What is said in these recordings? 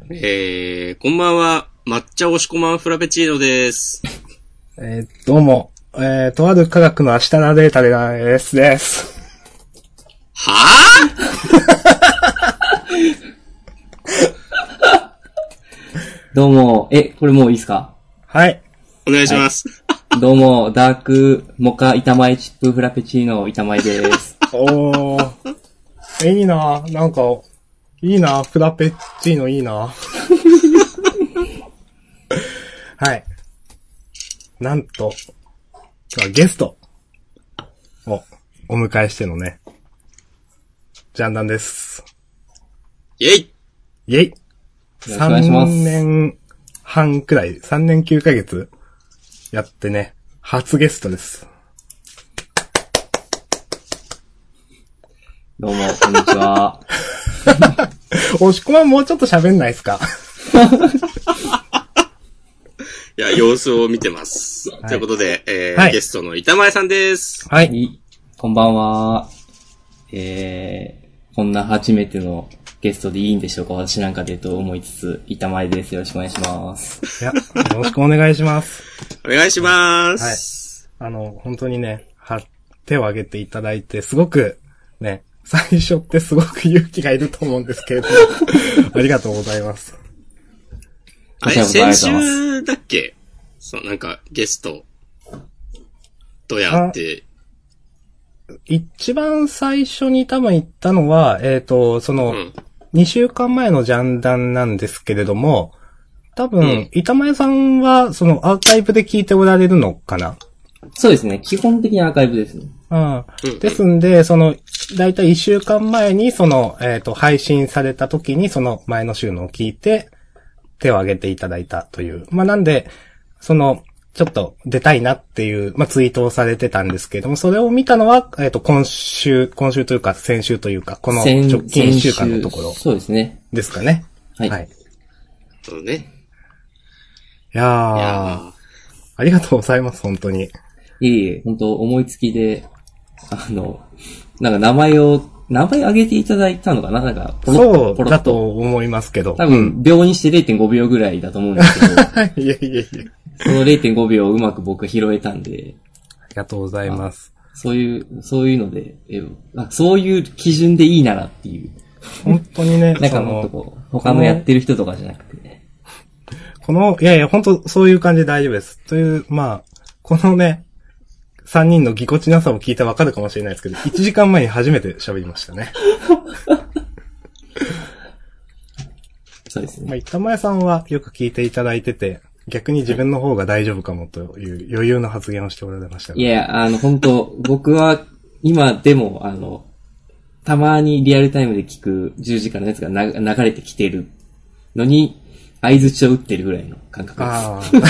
こんばんは。抹茶押し込まんフラペチーノです。 どうも、とある科学の明日のデータです。 はぁどうも、これもういいですか？ はい。 お願いします。 はい、どうも、ダークモカ板前チップフラペチーノ板前です。 おー。いいなぁ。なんか、いいなぁ。フラペチーノいいなぁ。はい。なんと、ゲストをお迎えしてのね、ジャンダンです。 イェイイェイ !3 年半くらい、3年9ヶ月やってね、初ゲストです。 どうも、こんにちは。 押し込まんもうちょっと喋んないですか？ いや、様子を見てます。はい、ということで、はい、ゲストの板前さんです。 はい。こんばんは。こんな初めてのゲストでいいんでしょうか、私なんかでと思いつつ、板前です。よろしくお願いします。 いや、よろしくお願いします。 お願いします。 はい。本当にね、手を挙げていただいて、すごく、ね、最初ってすごく勇気がいると思うんですけれども、ありがとうございます。 あれ、先週だっけ？なんか、ゲスト、とやって。 一番最初に多分言ったのは、2週間前のジャンダンなんですけれども、多分、板前さんは、アーカイブで聞いておられるのかな？ そうですね。基本的にアーカイブですね。 ですんで、だいたい1週間前に、配信された時に、その前の週のを聞いて、手を挙げていただいたという。まあ、なんで、ちょっと出たいなっていう、まあ、ツイートをされてたんですけれども、それを見たのは、今週というか、先週というか、この直近1週間のところ。 そうですね。 ですかね。 はい。はい。 そうね。 いやー。ありがとうございます、本当に。 いえ、本当思いつきで、なんか名前挙げていただいたのかな？なんかポロッと、 そうだと思いますけど。 多分、秒にして 0.5 秒ぐらいだと思うんですけど。 いや。 その 0.5 秒をうまく僕拾えたんで。 ありがとうございます。 そういうので、そういう基準でいいならっていう。 本当にね、 なんかもっと他のやってる人とかじゃなくてね。 いや、本当そういう感じで大丈夫です。という、まあ、このね、3人のぎこちなさを聞いてわかるかもしれないですけど、1時間前に初めて喋りましたね。 そうですね。 まあ、板前さんはよく聞いていただいてて、逆に自分の方が大丈夫かもという余裕の発言をしておられました。 いや、本当僕は今でも、たまにリアルタイムで聞く10時からのやつが流れてきてるのに、相槌を打ってるぐらいの感覚です。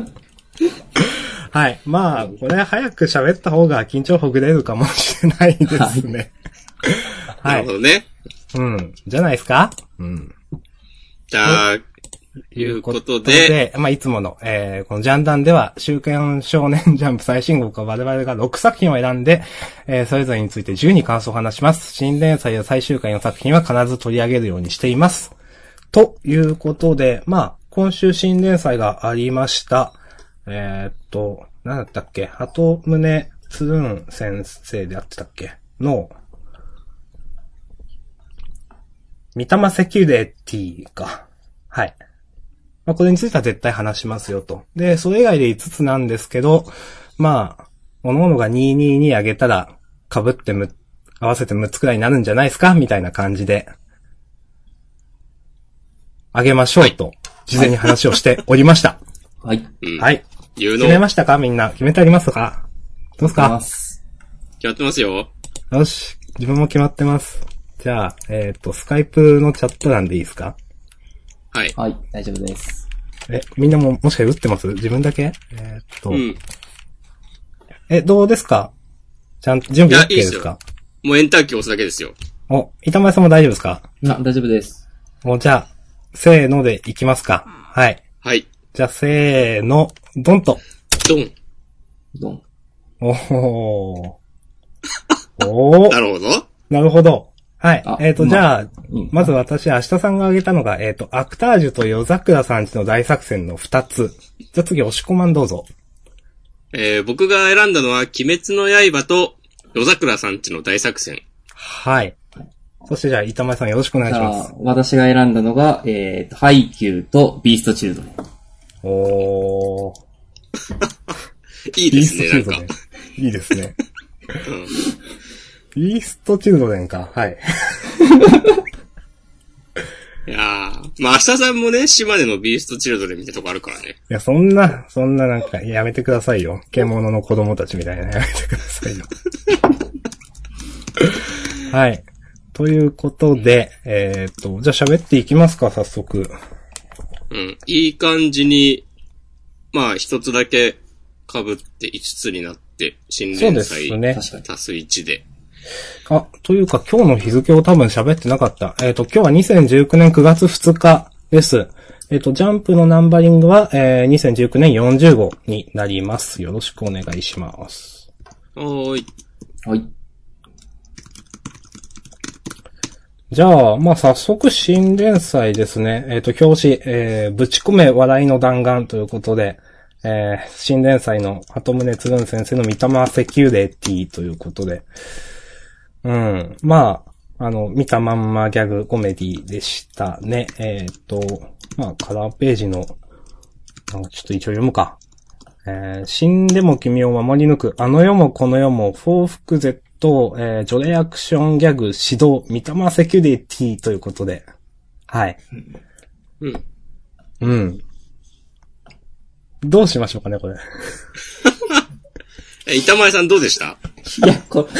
はい。まあ、これ早く喋った方が緊張ほぐれるかもしれないですね。 はい。なるほどね。 うん。じゃないですか？うん。 じゃあ、いうことで、 まあ、いつもの、このジャンダンでは、週刊少年ジャンプ最新号は我々が6作品を選んで、それぞれについて自由に感想を話します。新連載や最終回の作品は必ず取り上げるようにしています。ということで、まあ、今週新連載がありました。なんだったっけ？鳩宗つるん先生でやってたっけ？の、三玉セキュリティか。はい。まあ、これについては絶対話しますよと。で、それ以外で5つなんですけど、まあ、各々が222上げたら、被って合わせて6つくらいになるんじゃないですかみたいな感じで、上げましょうと、事前に話をしておりました。 はい。 はい。決めましたか？みんな。決めてありますか？どうですか？ 決まってますよ。 よし。自分も決まってます。じゃあ、スカイプのチャット欄でいいですか？ はい。 はい、大丈夫です。 みんなもしかして打ってます？自分だけ？ うん。 どうですか？ちゃんと準備 OK ですか？ もうエンターキー押すだけですよ。 板前さんも大丈夫ですか？ 大丈夫です。 じゃあ、せーのでいきますか。はい。 はい。 じゃあ、せーの、ドンと。 ドン。 ドン。 おー。 なるほど。 なるほど。 はい。じゃあ、まずは私、明日さんが挙げたのが、アクタージュと夜桜さんちの大作戦の2つ。じゃあ次、押し込まんどうぞ。 僕が選んだのは、鬼滅の刃と夜桜さんちの大作戦。 はい。そしてじゃあ、板前さんよろしくお願いします。 私が選んだのが、ハイキューとビーストチルドレン。 おー。 いいですね、なんか。 いいですね。 うん、 ビーストチルドレンか。はい。 いやー、まあ、明日さんもね、島根のビーストチルドレンみたいなとこあるからね。 いや、そんななんか、やめてくださいよ。獣の子供たちみたいなやめてくださいよ。はい。ということで、じゃあ喋っていきますか、早速。 うん。いい感じに、まあ、一つだけ被って5つになって、新連載。そうですね。足す1で。 というか今日の日付を多分喋ってなかった。今日は2019年9月2日です。ジャンプのナンバリングは、2019年40号になります。よろしくお願いします。 はい。 じゃあ、まあ、早速新連載ですね。表紙、ぶち込め笑いの弾丸ということで、新連載の鳩宗つるん先生の三玉セキュレティということで、うん。まあ、見たまんまギャグコメディでしたね。まあ、カラーページの、ちょっと一応読むか。死んでも君を守り抜く、あの世もこの世も、報復 Z、除霊アクションギャグ指導、三玉セキュリティということで。はい。うん。どうしましょうかね、これ。 板前さんどうでした？ いや、こ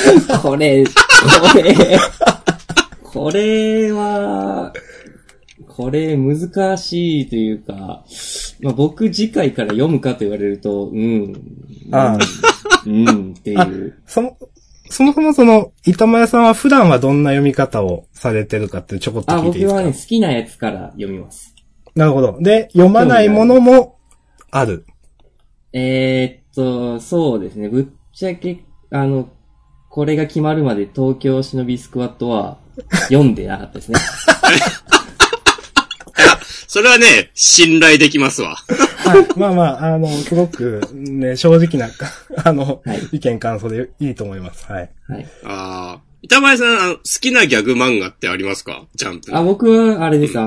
れ難しいというか、まあ、僕次回から読むかと言われると、っていう。 そもそも板前さんは普段はどんな読み方をされてるかってちょこっと聞いていいですか？ 僕はね、好きなやつから読みます。 なるほど。で、読まないものもある。 そうですね。ぶっちゃけ、これが決まるまで東京忍びスクワットは読んでなかったですね。 それはね、信頼できますわ。 はい。まあまあ、すごくね、正直な、はい、意見感想でいいと思います。はい。 はい。 板前さん、好きなギャグ漫画ってありますか？ジャンプ。 僕は、あれです、地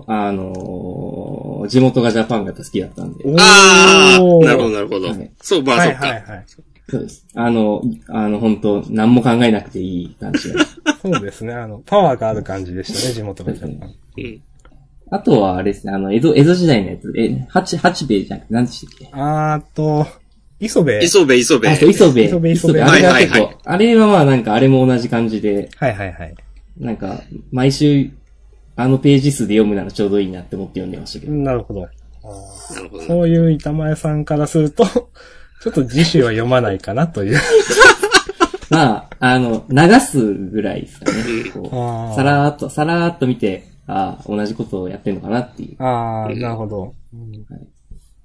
元がジャパンが好きだったんで。 なるほど、なるほど。はい、そう、まあ、そっか。 はい。そうです。本当何も考えなくていい感じで。 そうですね。パワーがある感じでしたね、地元がジャパン。 うん。あとは、あれですね、江戸時代のやつ。八兵衛じゃなくて、何でしたっけ？ 磯部。 磯部。 磯部。あれはまあなんか、あれも同じ感じで。 はい。 なんか、毎週、ページ数で読むならちょうどいいなって思って読んでましたけど。 なるほど。なるほど。そういう板前さんからすると、ちょっと次週は読まないかなという。 まあ、流すぐらいですかね。こうさらーっと見て、同じことをやってんのかなっていう。 なるほど。はい、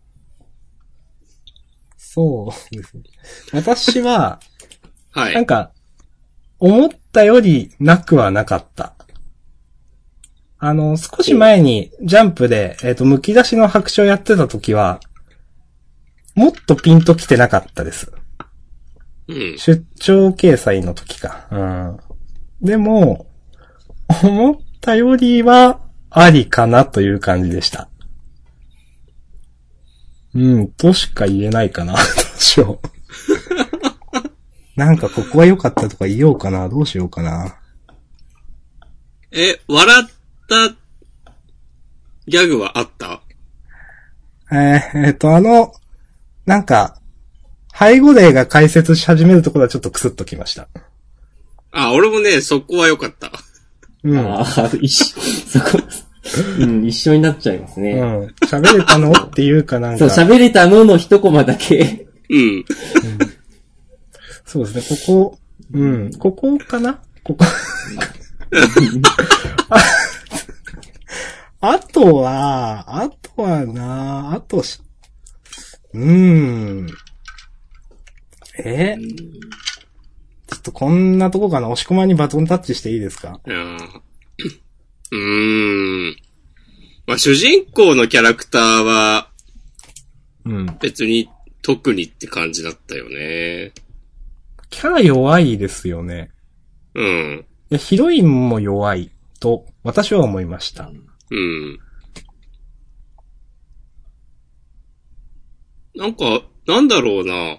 そうですね。私は、 はい。 なんか、思ったよりなくはなかった。少し前にジャンプで、剥き出しの白書やってた時は、もっとピンと来てなかったです。 うん。 出張掲載の時か。うん。でも、思ったよりは、ありかなという感じでした。としか言えないかな。どうしよう。なんかここは良かったとか言おうかな。どうしようかな。 笑ったギャグはあった？ なんか、背後霊が解説し始めるところはちょっとクスッときました。 俺もね、そこは良かった。 一緒になっちゃいますね。 喋れたのっていうかなんか。 そう、喋れたのの一コマだけ。 そうですね、ここかなここ。あとはちょっとこんなとこかな、押し込まにバトンタッチしていいですか？ まあ、主人公のキャラクターは、別に特にって感じだったよね。 キャラ弱いですよね。 うん。 いや、ヒロインも弱いと、私は思いました。 うん。なんか、なんだろうな。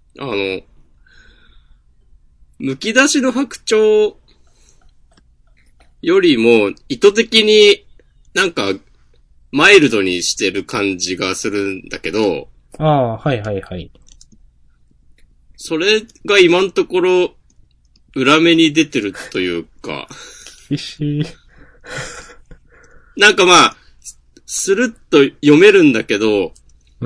剥き出しの白鳥よりも意図的になんかマイルドにしてる感じがするんだけど。 ああ、はいはいはい。 それが今のところ裏目に出てるというか。 厳しい。 なんかまあ、スルッと読めるんだけど。 うん。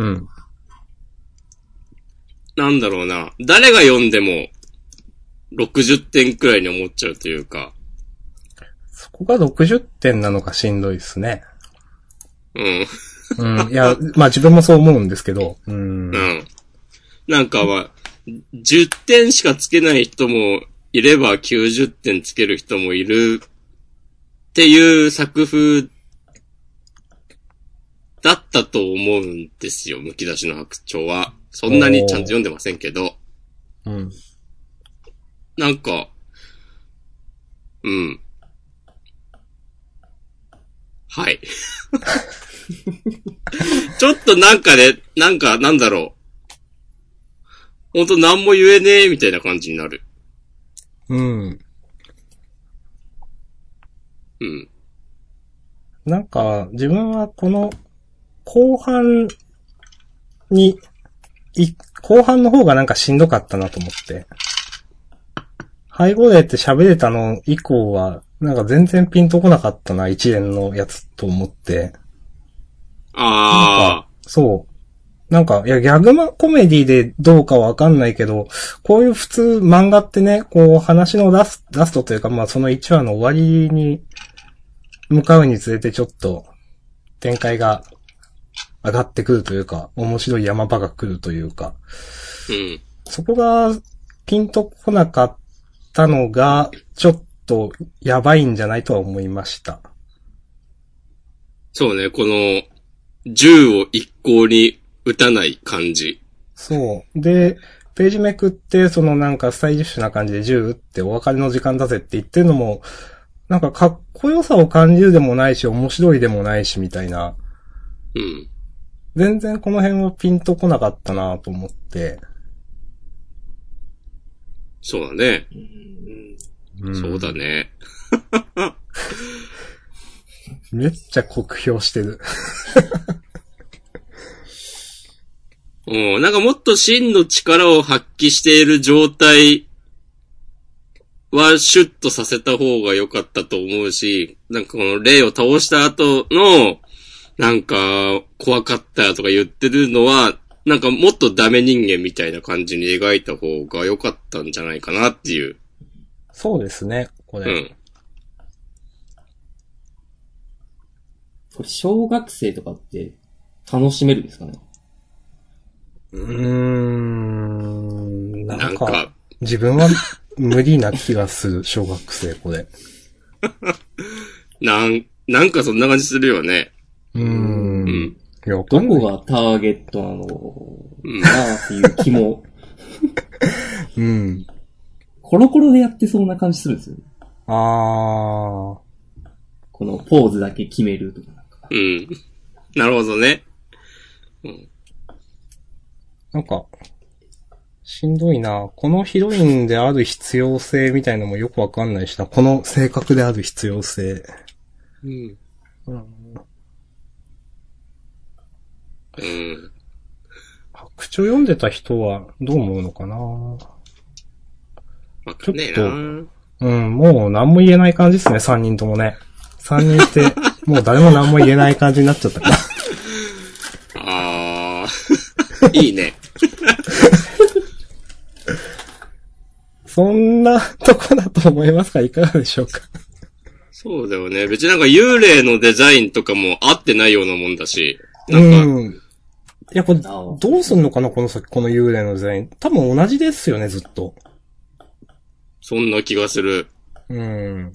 なんだろうな。誰が読んでも60点くらいに思っちゃうというか。 そこが60点なのかしんどいですね。 うん。 うん。いや、まあ自分もそう思うんですけど。うん。 なんかは、10点しかつけない人もいれば90点つける人もいるっていう作風だったと思うんですよ。剥き出しの白鳥は。そんなにちゃんと読んでませんけど。 うん。 なんか、うん。はい。ちょっとなんかね、なんだろう。ほんと何も言えねえみたいな感じになる。 うん。 うん。 なんか、自分はこの、後半の方がなんかしんどかったなと思って。背後霊って喋れたの以降は、なんか全然ピンとこなかったな、一連のやつと思って。なんか、そう。なんか、いや、ギャグコメディでどうかわかんないけど、こういう普通漫画ってね、こう話のラストというか、まあその1話の終わりに向かうにつれてちょっと展開が上がってくるというか、面白い山場が来るというか、 うん。 そこがピンとこなかったのが、ちょっとやばいんじゃないとは思いました。 そうね、この、銃を一向に撃たない感じ。 そう。で、ページめくって、そのなんかスタイリッシュな感じで銃撃ってお別れの時間だぜって言ってるのも、なんかかっこよさを感じるでもないし、面白いでもないし、みたいな。 うん。 全然この辺はピンとこなかったなと思って。 そうだね。 うん、 そうだね。 めっちゃ酷評してる。 なんかもっと真の力を発揮している状態はシュッとさせた方が良かったと思うし、なんかこの霊を倒した後の、なんか怖かったとか言ってるのは、なんかもっとダメ人間みたいな感じに描いた方が良かったんじゃないかなっていう。 そうですね、これ。うん。 これ小学生とかって楽しめるんですかね？ なんか、自分は無理な気がする、小学生、これ。 なんかそんな感じするよね。 うん。 どこがターゲットなのなっていう気も。 うん。 コロコロでやってそうな感じするんですよね。 あー。 このポーズだけ決めるとかなんか。 うん。なるほどね。うん。 なんか、しんどいな。このヒロインである必要性みたいのもよくわかんないしな。この性格である必要性。 うん。うん。うん。 白鳥読んでた人はどう思うのかな。わかんねえな。 うん、もう何も言えない感じですね、3人ともね。3人って、もう誰も何も言えない感じになっちゃったから。 いいね。 そんなとこだと思いますか？いかがでしょうか？ そうだよね。別になんか幽霊のデザインとかも合ってないようなもんだし。なんか。 うん。いや、これ、どうすんのかなこの先、この幽霊のデザイン。多分同じですよね、ずっと。 そんな気がする。 明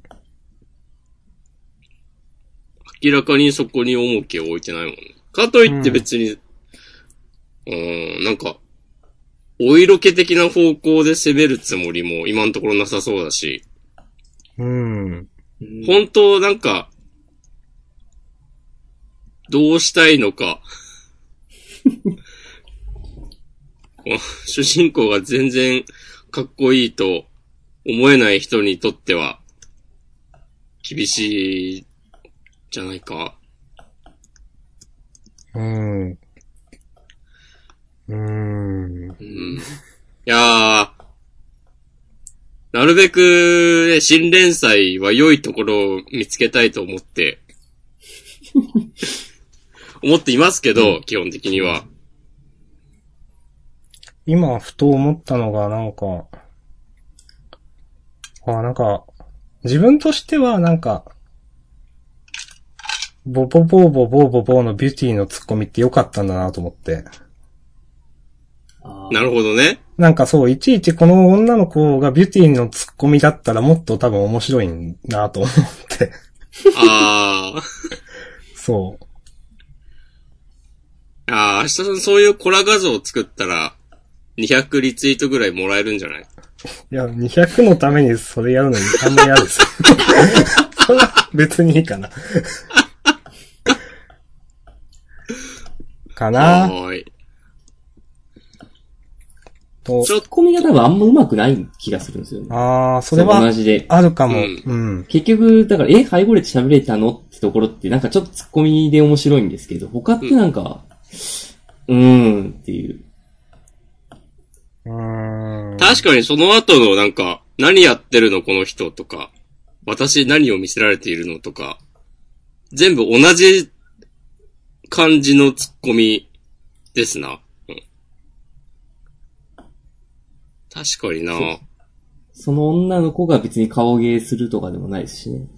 らかにそこに重きを置いてないもんね。かといって別に、なんか、お色気的な方向で攻めるつもりも今のところなさそうだし。本当なんか、どうしたいのか。主人公が全然かっこいいと思えない人にとっては、厳しい、じゃないか。いやー、なるべく、ね、新連載は良いところを見つけたいと思って、思っていますけど、基本的には。 今、ふと思ったのが、なんか、自分としては、なんか、ボボボーボボーボボーのビューティーのツッコミって良かったんだなと思って。 なるほどね。 なんかそう、いちいちこの女の子がビューティーのツッコミだったらもっと多分面白いなと思って。そう。 明日さんそういうコラ画像を作ったら、200リツイートぐらいもらえるんじゃない？ いや、200のためにそれやるのにあんま嫌です。それは別にいいかな。かな。 ツッコミが多分あんま上手くない気がするんですよね。 それは同じで。 あるかも。 結局、だから、ハイボレって喋れたのってところってなんかちょっとツッコミで面白いんですけど、他ってなんか、っていう。 確かにその後のなんか、何やってるのこの人とか、私何を見せられているのとか、全部同じ感じのツッコミですな。確かにな。 その女の子が別に顔芸するとかでもないですしね。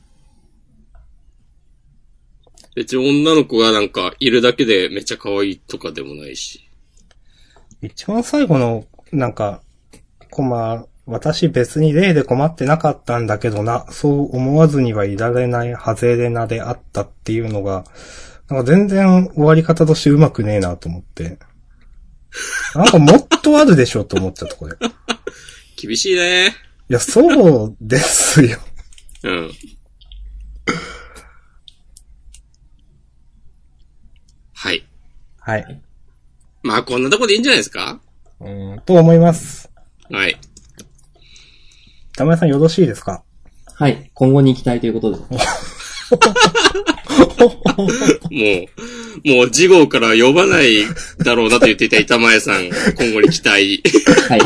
別に女の子がなんかいるだけでめっちゃ可愛いとかでもないし。 一番最後の、なんか、私別に例で困ってなかったんだけどな、そう思わずにはいられないハゼレナであったっていうのが、なんか全然終わり方としてうまくねえなと思って。なんかもっとあるでしょと思ったところで。 厳しいね。 いや、そうですよ。 はい。 はい。 まあこんなとこでいいんじゃないですか？ と思います。 はい。 玉井さんよろしいですか？ はい。今後に行きたいということで。 もう次号から呼ばないだろうなと言っていた板前さん、今後に期待。 はい。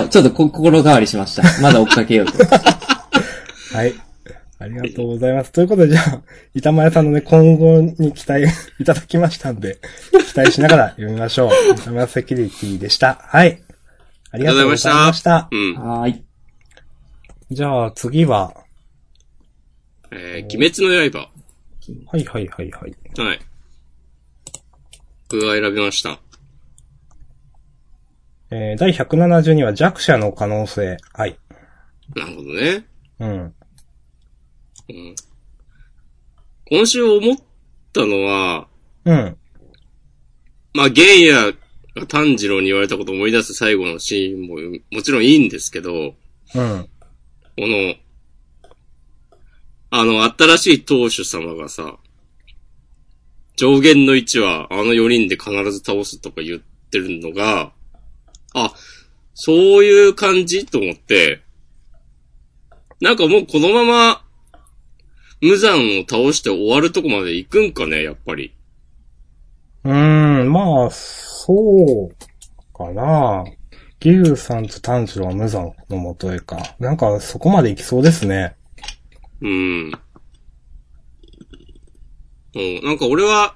ちょっと心変わりしました。まだ追っかけようと。 はい。ありがとうございます。ということで、じゃあ、板前さんのね、今後に期待いただきましたんで、期待しながら読みましょう。板前セキュリティでした。はい。ありがとうございました。 はい。 じゃあ、次は、 鬼滅の刃。 はいはいはいはい。 はい。僕が選びました。 第172話弱者の可能性。はい。 なるほどね。 うん。 今週思ったのは、 うん。 まあ、玄也が炭治郎に言われたことを思い出す最後のシーンももちろんいいんですけど、 うん。 この、新しい当主様がさ、上限の1は4人で必ず倒すとか言ってるのが、あ、そういう感じと思って、なんかもうこのまま、無惨を倒して終わるとこまで行くんかね、やっぱり。 まあ、そうかな。ギルさんと炭治郎は無惨のもとへか。なんかそこまで行きそうですね。 なんか俺は、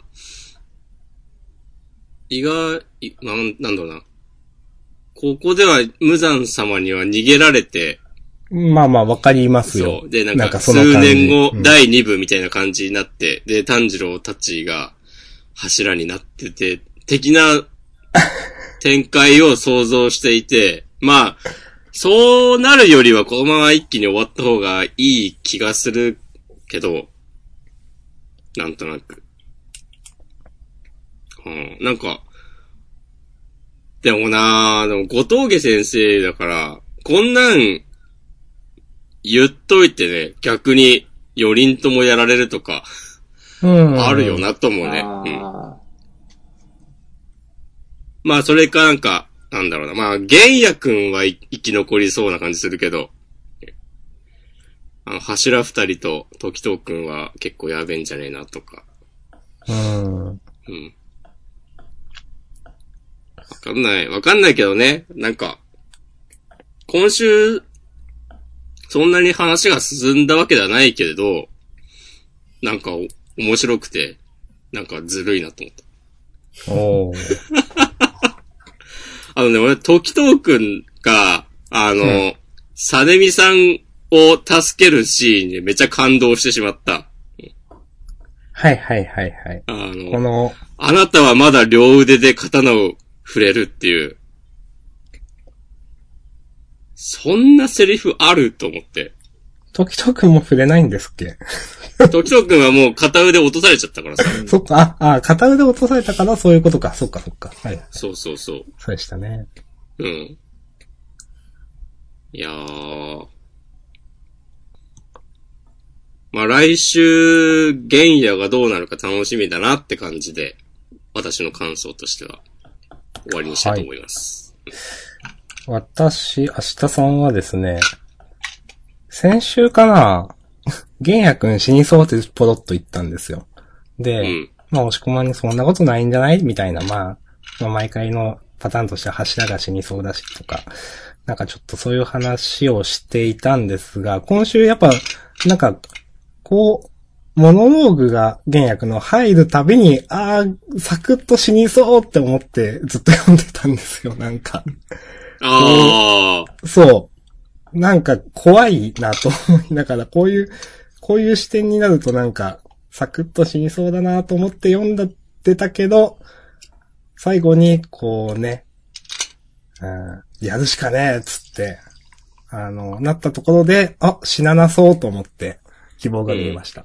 なんだろうな。ここでは無惨様には逃げられて、 まあまあわかりますよ。 そう。で、なんか数年後、第2部みたいな感じになって、で、炭治郎たちが柱になってて、的な展開を想像していて、まあ、 そうなるよりはこのまま一気に終わった方がいい気がするけど、なんとなく。なんか、でも後藤家先生だから、こんなん言っといてね、逆に4人ともやられるとか、あるよなと思うね。まあそれかなんか、なんだろうな。まあ、玄也くんは生き残りそうな感じするけど、柱二人と時藤くんは結構やべえんじゃねえなとか。うん。わかんないけどね。なんか、今週、そんなに話が進んだわけではないけれど、なんか面白くて、なんかずるいなと思った。俺、時藤くんが、サネミさんを助けるシーンにめっちゃ感動してしまった。 はいはいはいはい。 あなたはまだ両腕で刀を触れるっていう。そんなセリフあると思って。 時藤くんも触れないんですっけ？ 時藤くんはもう片腕落とされちゃったからさ。 そっか、片腕落とされたからそういうことか。そっか。はい。 そう。そうでしたね。 うん。いやー。まあ来週、玄也がどうなるか楽しみだなって感じで、私の感想としては終わりにしたいと思います。 はい、明日さんはですね、先週かな、玄也くん死にそうってポロッと言ったんですよ。で、まあ押し込まんにそんなことないんじゃないみたいな、まあ毎回のパターンとしては柱が死にそうだしとか、なんかちょっとそういう話をしていたんですが、今週やっぱ、なんか、モノローグが玄也くんの入るたびに、サクッと死にそうって思ってずっと読んでたんですよ、なんか。そう。なんか怖いなと思いながら、こういう視点になるとなんか、サクッと死にそうだなと思って読んでたけど、最後に、やるしかねえ、つって、なったところで、死ななそうと思って、希望が見えました。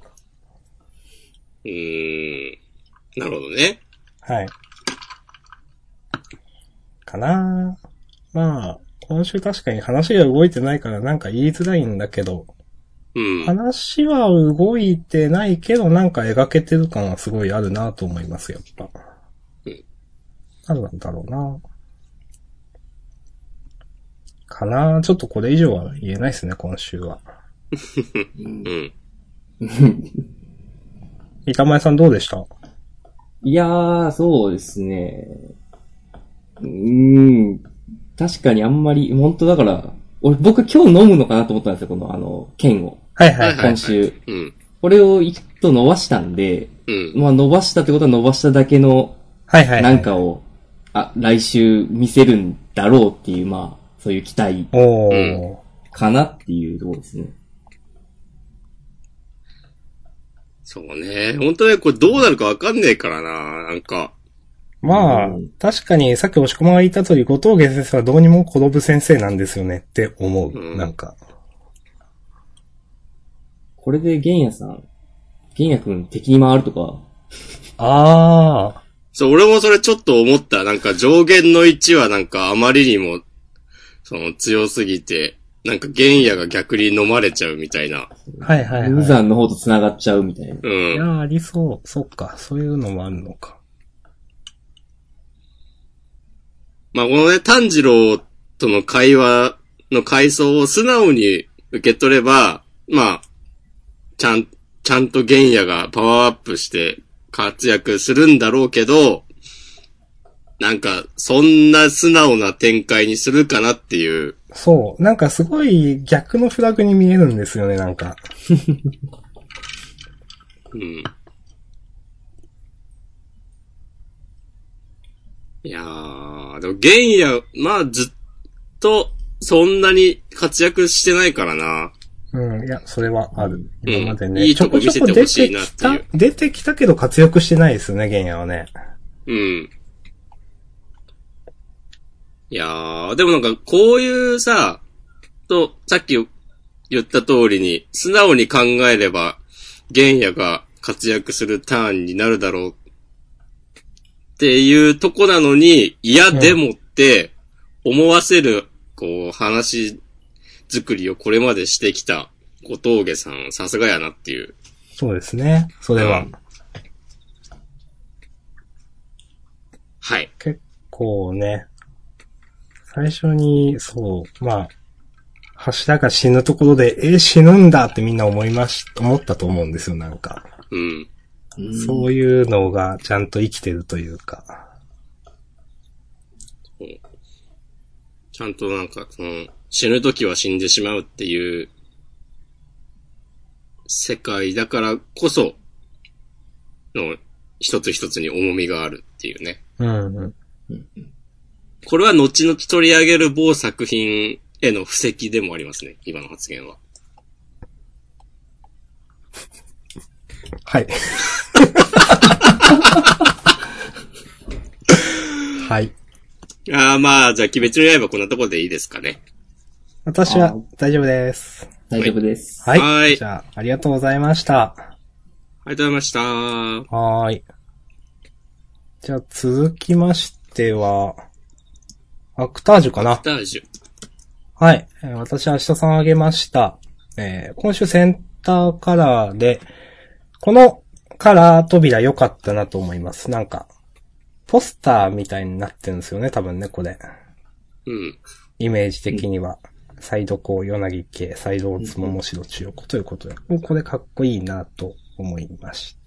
なるほどね。 はい。かなぁ。まあ、今週確かに話が動いてないからなんか言いづらいんだけど、話は動いてないけどなんか描けてる感はすごいあるなと思います、やっぱ。何なんだろうなかなぁ。ちょっとこれ以上は言えないですね、今週は。板前さんどうでした？ いやー、そうですね。確かにあんまり、本当だから、僕今日飲むのかなと思ったんですよ、この剣を。 はいはい。 今週。これを一と伸ばしたんで、まあ伸ばしたってことは伸ばしただけの、なんかを、来週見せるんだろうっていう、まあ、そういう期待。かなっていうところですね。 そうね。本当ね、これどうなるかわかんねえからな、なんか。 まあ、確かにさっき押し込まが言った通り、後藤家先生はどうにも転ぶ先生なんですよねって思う。なんか。 これで玄也くん敵に回るとか。 そう、俺もそれちょっと思った。なんか上限の1はなんかあまりにも、強すぎて、なんか玄也が逆に飲まれちゃうみたいな。 無惨の方と繋がっちゃうみたいな。 いや、ありそう。そっか。そういうのもあるのか。 まあ、このね、炭治郎との会話の回想を素直に受け取れば、まあ、ちゃんと玄也がパワーアップして活躍するんだろうけど、なんか、そんな素直な展開にするかなっていう。 そう。なんかすごい逆のフラグに見えるんですよね、なんか。 いやー、でも玄也、まあずっとそんなに活躍してないからな。 いや、それはある。今までね。 いいとこ見せてほしいなっていう。 出てきたけど活躍してないですよね、玄也はね。 いやー、でもなんかこういうさ、 さっき言った通りに、素直に考えれば、玄也が活躍するターンになるだろうっていうとこなのに、いや、でもって思わせる、こう、話作りをこれまでしてきた小峠さん、さすがやなっていう。 そうですね。それは。 はい。 結構ね、最初に、そう、まあ、柱が死ぬところで、死ぬんだってみんな思ったと思うんですよ、なんか。 うん。 そういうのがちゃんと生きてるというか。 ちゃんとなんか、死ぬ時は死んでしまうっていう世界だからこその一つ一つに重みがあるっていうね。 うんうん。 これは後々取り上げる某作品への布石でもありますね、今の発言は。 はい。はい。 まあ、じゃあ、鬼滅の刃こんなところでいいですかね。 私は大丈夫です。 大丈夫です。 はい。 はい。 じゃあ、ありがとうございました。 ありがとうございました。 はーい。じゃあ、続きましては、アクタージュかな。 アクタージュ。 はい。私、明日さんあげました。今週センターカラーで、このカラー扉良かったなと思います。なんか、ポスターみたいになってるんですよね、多分ね、これ。 うん。 イメージ的には。サイドこう、柳系、サイドオツモモシロチヨコということで、これかっこいいなと思いました。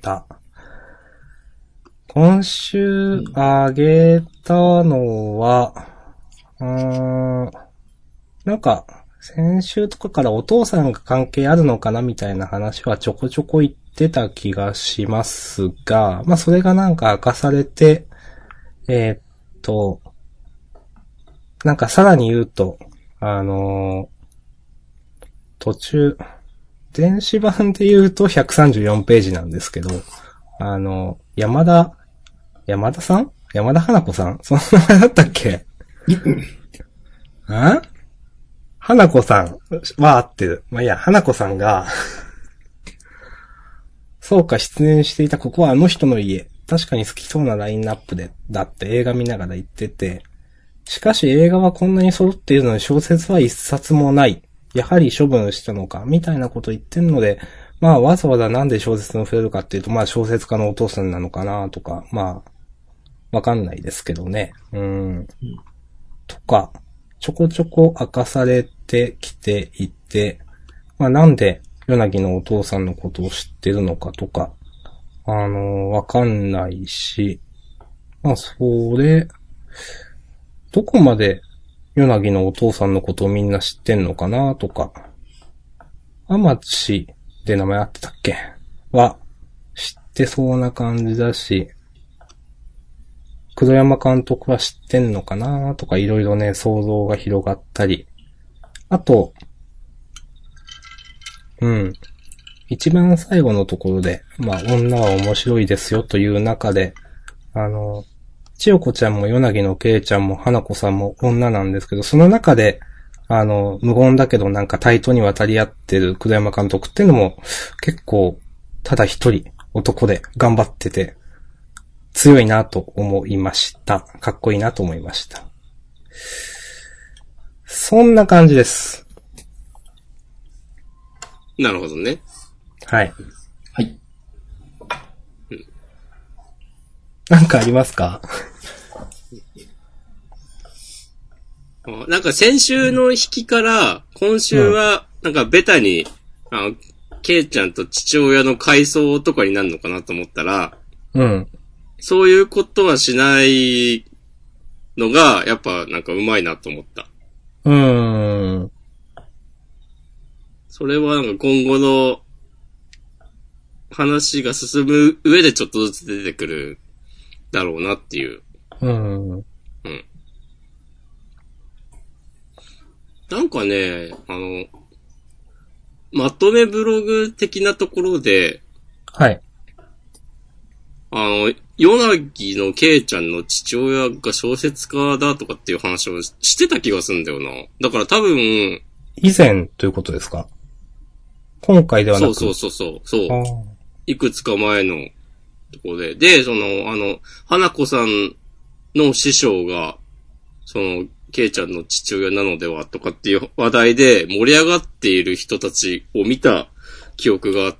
今週あげたのは、なんか、先週とかからお父さんが関係あるのかなみたいな話はちょこちょこ言ってた気がしますが、まあそれがなんか明かされて、なんかさらに言うと、途中、電子版で言うと134ページなんですけど、山田さん山田花子さんその名前だったっけ花子さんは合ってる。まあ、いや、花子さんがそうか、出演していたここはあの人の家。確かに好きそうなラインナップで、だって映画見ながら言ってて、しかし映画はこんなに揃っているのに小説は一冊もない。やはり処分したのか、みたいなこと言ってるので、まあわざわざなんで小説に触れるかっていうと、まあ小説家のお父さんなのかなとか、まあ、わかんないですけどね。とか、ちょこちょこ明かされてきていて、まあなんで、柳のお父さんのことを知ってるのかとか、わかんないし、まあそれ、どこまで柳のお父さんのことをみんな知ってんのかなとか、天地で名前あってたっけは知ってそうな感じだし、黒山監督は知ってんのかなとかいろいろね、想像が広がったり。あと、一番最後のところで、まあ、女は面白いですよという中で、千代子ちゃんも柳のけいちゃんも花子さんも女なんですけど、その中で、無言だけどなんか対等に渡り合ってる黒山監督っていうのも、結構、ただ一人男で頑張ってて、強いなと思いました。かっこいいなと思いました。そんな感じです。 なるほどね。 はい。 はい。 なんかありますか？ なんか先週の引きから、今週は、なんかベタに、ケイちゃんと父親の回想とかになるのかなと思ったら、そういうことはしないのが、やっぱなんかうまいなと思った。それはなんか今後の話が進む上でちょっとずつ出てくるだろうなっていう。なんかね、まとめブログ的なところで、 はい。 柳のケイちゃんの父親が小説家だとかっていう話をしてた気がするんだよな。だから多分、 以前ということですか？今回ではなく。 そう。いくつか前のとこで。で、花子さんの師匠が、ケイちゃんの父親なのではとかっていう話題で盛り上がっている人たちを見た記憶があって、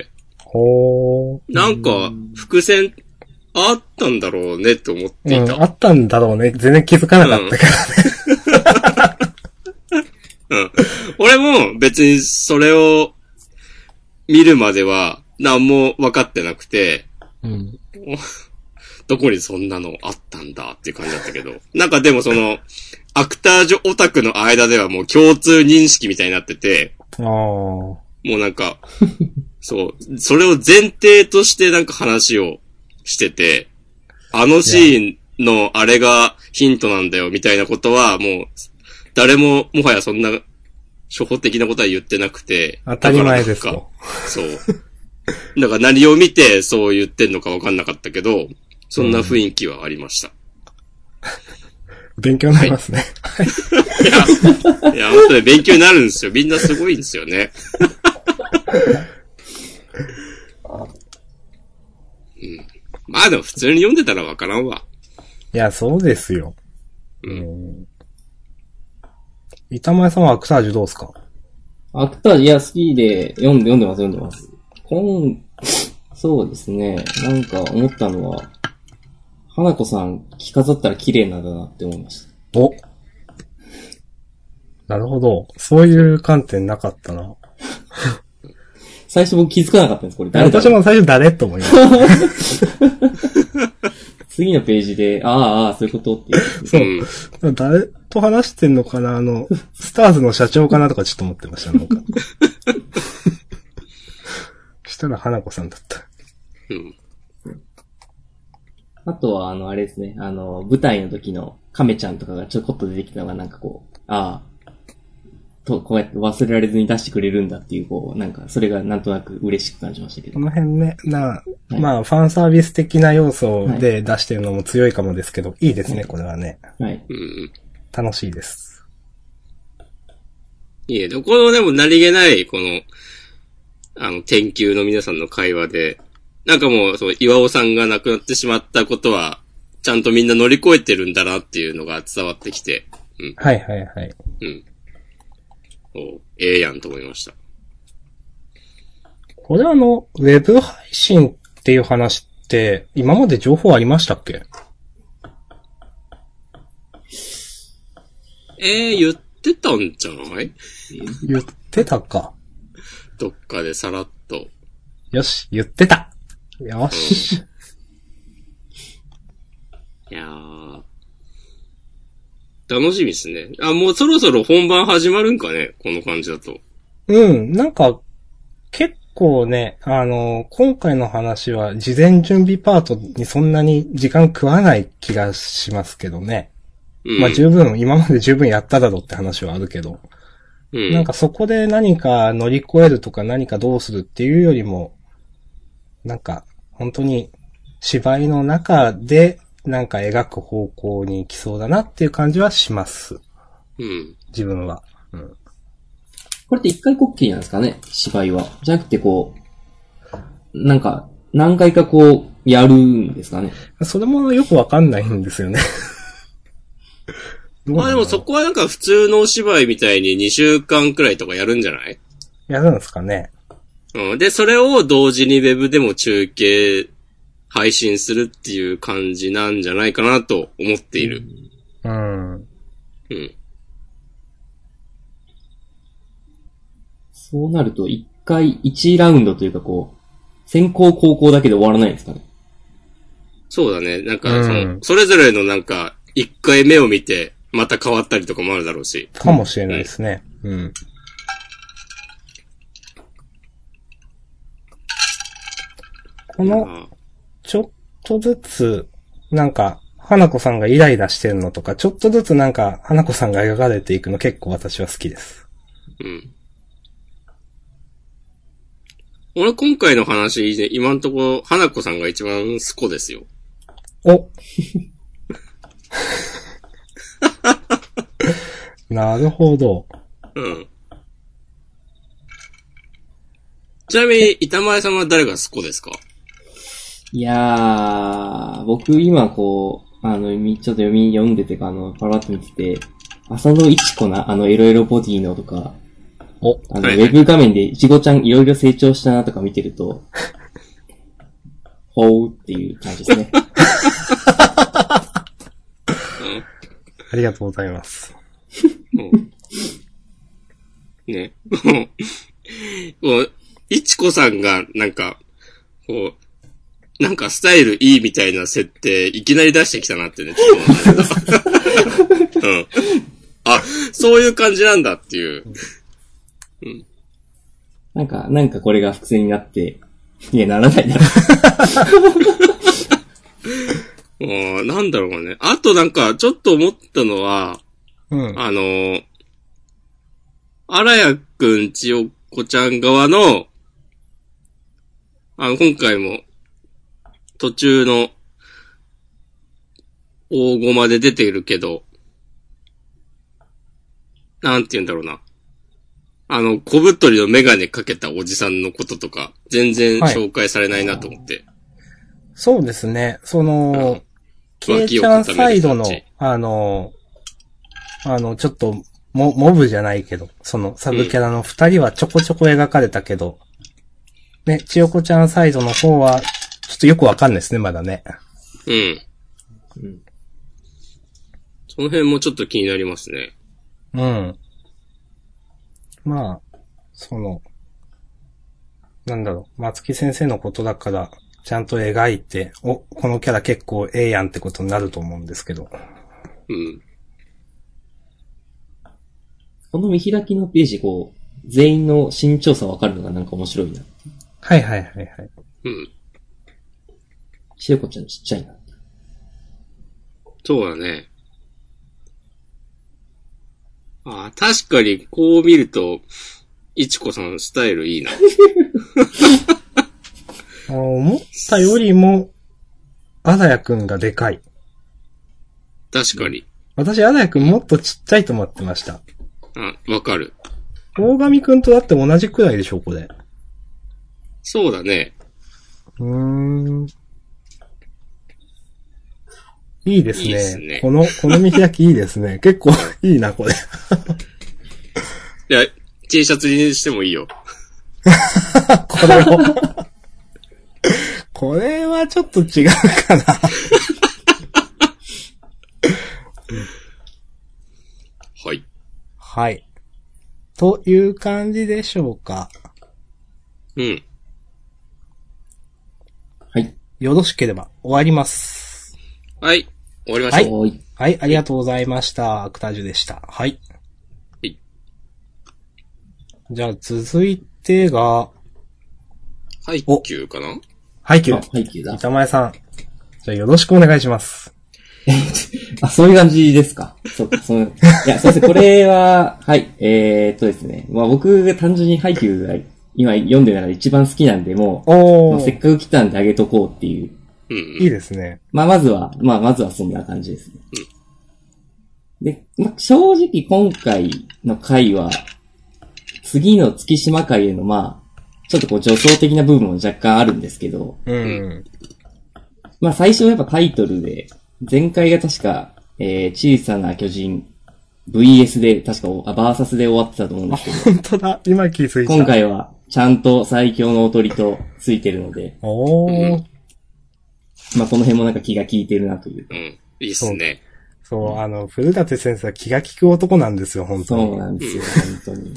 なんか、伏線あったんだろうねって思っていた。 あったんだろうね。全然気づかなかったからね。俺も別にそれを見るまでは何も分かってなくて、どこにそんなのあったんだっていう感じだったけど、なんかでもアクタージュオタクの間ではもう共通認識みたいになってて、もうなんか、それを前提としてなんか話をしてて、あのシーンのあれがヒントなんだよみたいなことはもう、誰ももはやそんな初歩的なことは言ってなくて。 当たり前ですと。 そう。だから何を見てそう言ってんのか分かんなかったけど、そんな雰囲気はありました。 勉強になりますね。 いや、本当に勉強になるんですよ。みんなすごいんですよね。まあでも普通に読んでたら分からんわ。 いや、そうですよ。板前さんはアクタージュどうですか？ アクタージュ、いや、好きで、読んでます。そうですね。なんか思ったのは、花子さん着飾ったら綺麗なんだなって思いました。 お。なるほど。そういう観点なかったな。 最初僕気づかなかったんです、これ。 私も最初誰と思いました。 次のページで、そういうことっていう。 そう。誰と話してんのかなスターズの社長かなとかちょっと思ってました、なんか。したら花子さんだった。 あとは、あれですね、舞台の時の亀ちゃんとかがちょこっと出てきたのが、なんかこう、こうやって忘れられずに出してくれるんだっていう、なんか、それがなんとなく嬉しく感じましたけど。 この辺ね、まあ、ファンサービス的な要素で出してるのも強いかもですけど、いいですね、これはね。 はい。 楽しいです。 いえ、でも何気ない、天球の皆さんの会話で、なんかもう、岩尾さんが亡くなってしまったことは、ちゃんとみんな乗り越えてるんだなっていうのが伝わってきて。 はい。 ええやんと思いました。 これウェブ配信っていう話って、今まで情報ありましたっけ？ 言ってたんじゃない？ 言ってたか。 どっかでさらっと。 よし、言ってた。よし。 いやー。楽しみですね。もうそろそろ本番始まるんかね？この感じだと。 なんか、結構ね、今回の話は事前準備パートにそんなに時間食わない気がしますけどね。まあ今まで十分やっただろうって話はあるけど。なんかそこで何か乗り越えるとか何かどうするっていうよりも、なんか、本当に芝居の中でなんか描く方向に行きそうだなっていう感じはします。自分は。 これって一回こっきりなんですかね、芝居は。じゃなくてなんか、何回かやるんですかね。 それもよくわかんないんですよね。 まあでもそこはなんか普通のお芝居みたいに2週間くらいとかやるんじゃない？ やるんですかね。 で、それを同時にウェブでも中継配信するっていう感じなんじゃないかなと思っている。 そうなると1ラウンドというか先行後攻だけで終わらないんですかね。 そうだね。なんかそれぞれのなんか1回目を見てまた変わったりとかもあるだろうし。 かもしれないですね。この、ちょっとずつ、なんか、花子さんがイライラしてるのとか、ちょっとずつなんか、花子さんが描かれていくの結構私は好きです。 俺今回の話、今んとこ、花子さんが一番スコですよ。 おなるほど。 ちなみに、板前さんは誰が好きですか？ いやー、僕今こう、ちょっと読んでてか、パラッと見てて、浅野いちこな、エロエロボディのとか、 お、 ウェブ画面でいちごちゃんいろいろ成長したなとか見てると、ほーっていう感じですね。 ありがとうございます。 ね。こう、いちこさんが、なんか、こう、なんかスタイルいいみたいな設定、いきなり出してきたなってね、ちょっと思った。うん。あ、そういう感じなんだっていう。うん。 なんかこれが伏線になって、いや、ならないだろ。 なんだろうね。あとなんか、ちょっと思ったのは、 うん。 荒谷くん、千代子ちゃん側の、今回も、途中の、大駒で出てるけど、なんて言うんだろうな。小太りのメガネかけたおじさんのこととか、全然紹介されないなと思って。 そうですね。ケイちゃんサイドの、ちょっと、モブじゃないけど、サブキャラの二人はちょこちょこ描かれたけど、ね、千代子ちゃんサイドの方は、ちょっとよくわかんないですね、まだね。 うん。その辺もちょっと気になりますね。 うん。まあ、なんだろう、松木先生のことだから、ちゃんと描いて、このキャラ結構ええやんってことになると思うんですけど。 うん。 この見開きのページ、こう、全員の身長差わかるのがなんか面白いな。 はいはいはいはい。 うん。 しよこちゃんちっちゃいな。 そうだね。確かに、こう見ると、いちこさんスタイルいいな。 思ったよりも、荒谷くんがでかい。 確かに。 私、荒谷くんもっとちっちゃいと思ってました。 わかる。 大神くんとだって同じくらいでしょ、これ。 そうだね。 いいですね。 いいですね。 この見開きいいですね。結構いいな、これ。 いや、T シャツにしてもいいよ。 これはちょっと違うかな。 はい。 はい。という感じでしょうか。 うん。 はい。 よろしければ終わります。 はい。終わりました。 はい。はい、ありがとうございました。アクタージュでした。はい。 はい。 じゃあ続いてが、 ハイキューかな？ ハイキュー。 ハイキューだ。 板前さん。じゃあよろしくお願いします。 そういう感じですか。そうか、いや、そうですね、これは、はい、ですね。まあ僕が単純にハイキューが今読んでる中で一番好きなんで、もう、まあ、せっかく来たんであげとこうっていう。 うん。 いいですね。 まずはそんな感じですね。で、正直今回の回は、次の月島回へのちょっとこう助走的な部分も若干あるんですけど、最初はやっぱタイトルで、前回が確か、小さな巨人 VS で、確かバーサスで終わってたと思うんですけど。 本当だ。今気づいた。 今回は、ちゃんと最強のおとりとついてるので。この辺もなんか気が利いてるなという。 うん。いいっすね。 そう、古舘先生は気が利く男なんですよ、本当に。 そうなんですよ、本当に。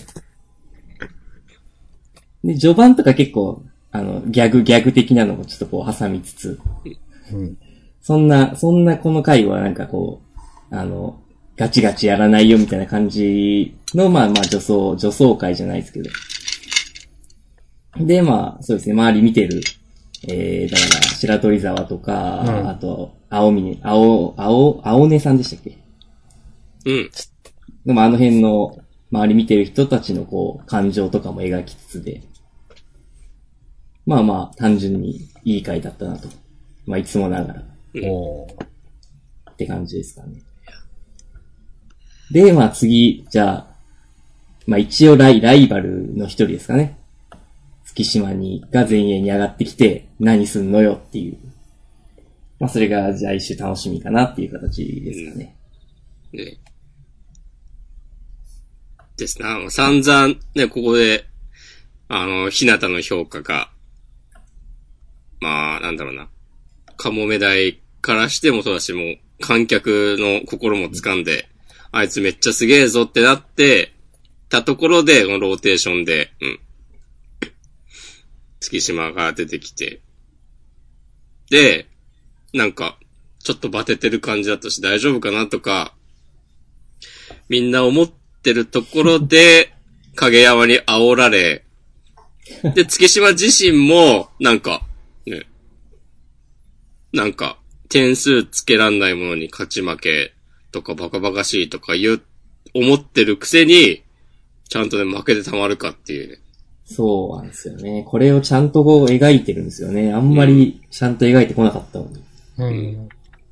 で、序盤とか結構、ギャグ的なのもちょっとこう挟みつつ。そんなこの回はなんかこう、ガチガチやらないよみたいな感じの、助走回じゃないですけど。で、そうですね、周り見てる、だから、白鳥沢とか、あと、青根さんでしたっけ？ うん。 でも辺の、周り見てる人たちのこう、感情とかも描きつつで、単純にいい回だったなと。いつもながら。って感じですかね。で、次、じゃあ、一応ライバルの一人ですかね。 月島が前衛に上がってきて、何すんのよっていう。まあ、それが、じゃあ一種楽しみかなっていう形ですかね。 ね。ですな。散々、ね、ここで、日向の評価が、まあ、なんだろうな。カモメ大からしてもそうだし、もう、観客の心も掴んで、あいつめっちゃすげえぞってなって、たところで、このローテーションで、月島が出てきて、で、なんか、ちょっとバテてる感じだとし大丈夫かなとか、みんな思ってるところで、影山に煽られ、で、月島自身も、なんか、ね、なんか、点数つけらんないものに勝ち負けとかバカバカしいとか思ってるくせに、ちゃんとね、負けてたまるかっていうね。 そうなんですよね。これをちゃんとこう描いてるんですよね。あんまりちゃんと描いてこなかったのに。 うん。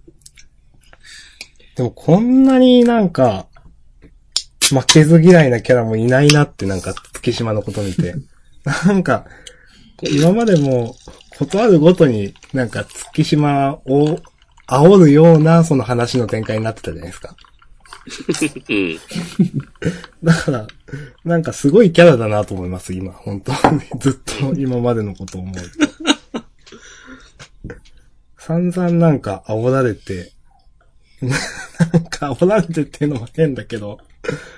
でもこんなになんか、負けず嫌いなキャラもいないなってなんか月島のこと見て。なんか、今までも、ことあるごとになんか月島を煽るようなその話の展開になってたじゃないですか。 うん。 だから、なんかすごいキャラだなと思います、今。本当に。ずっと今までのことを思うと。散々なんか煽られて、なんか煽られてっていうのも変だけど、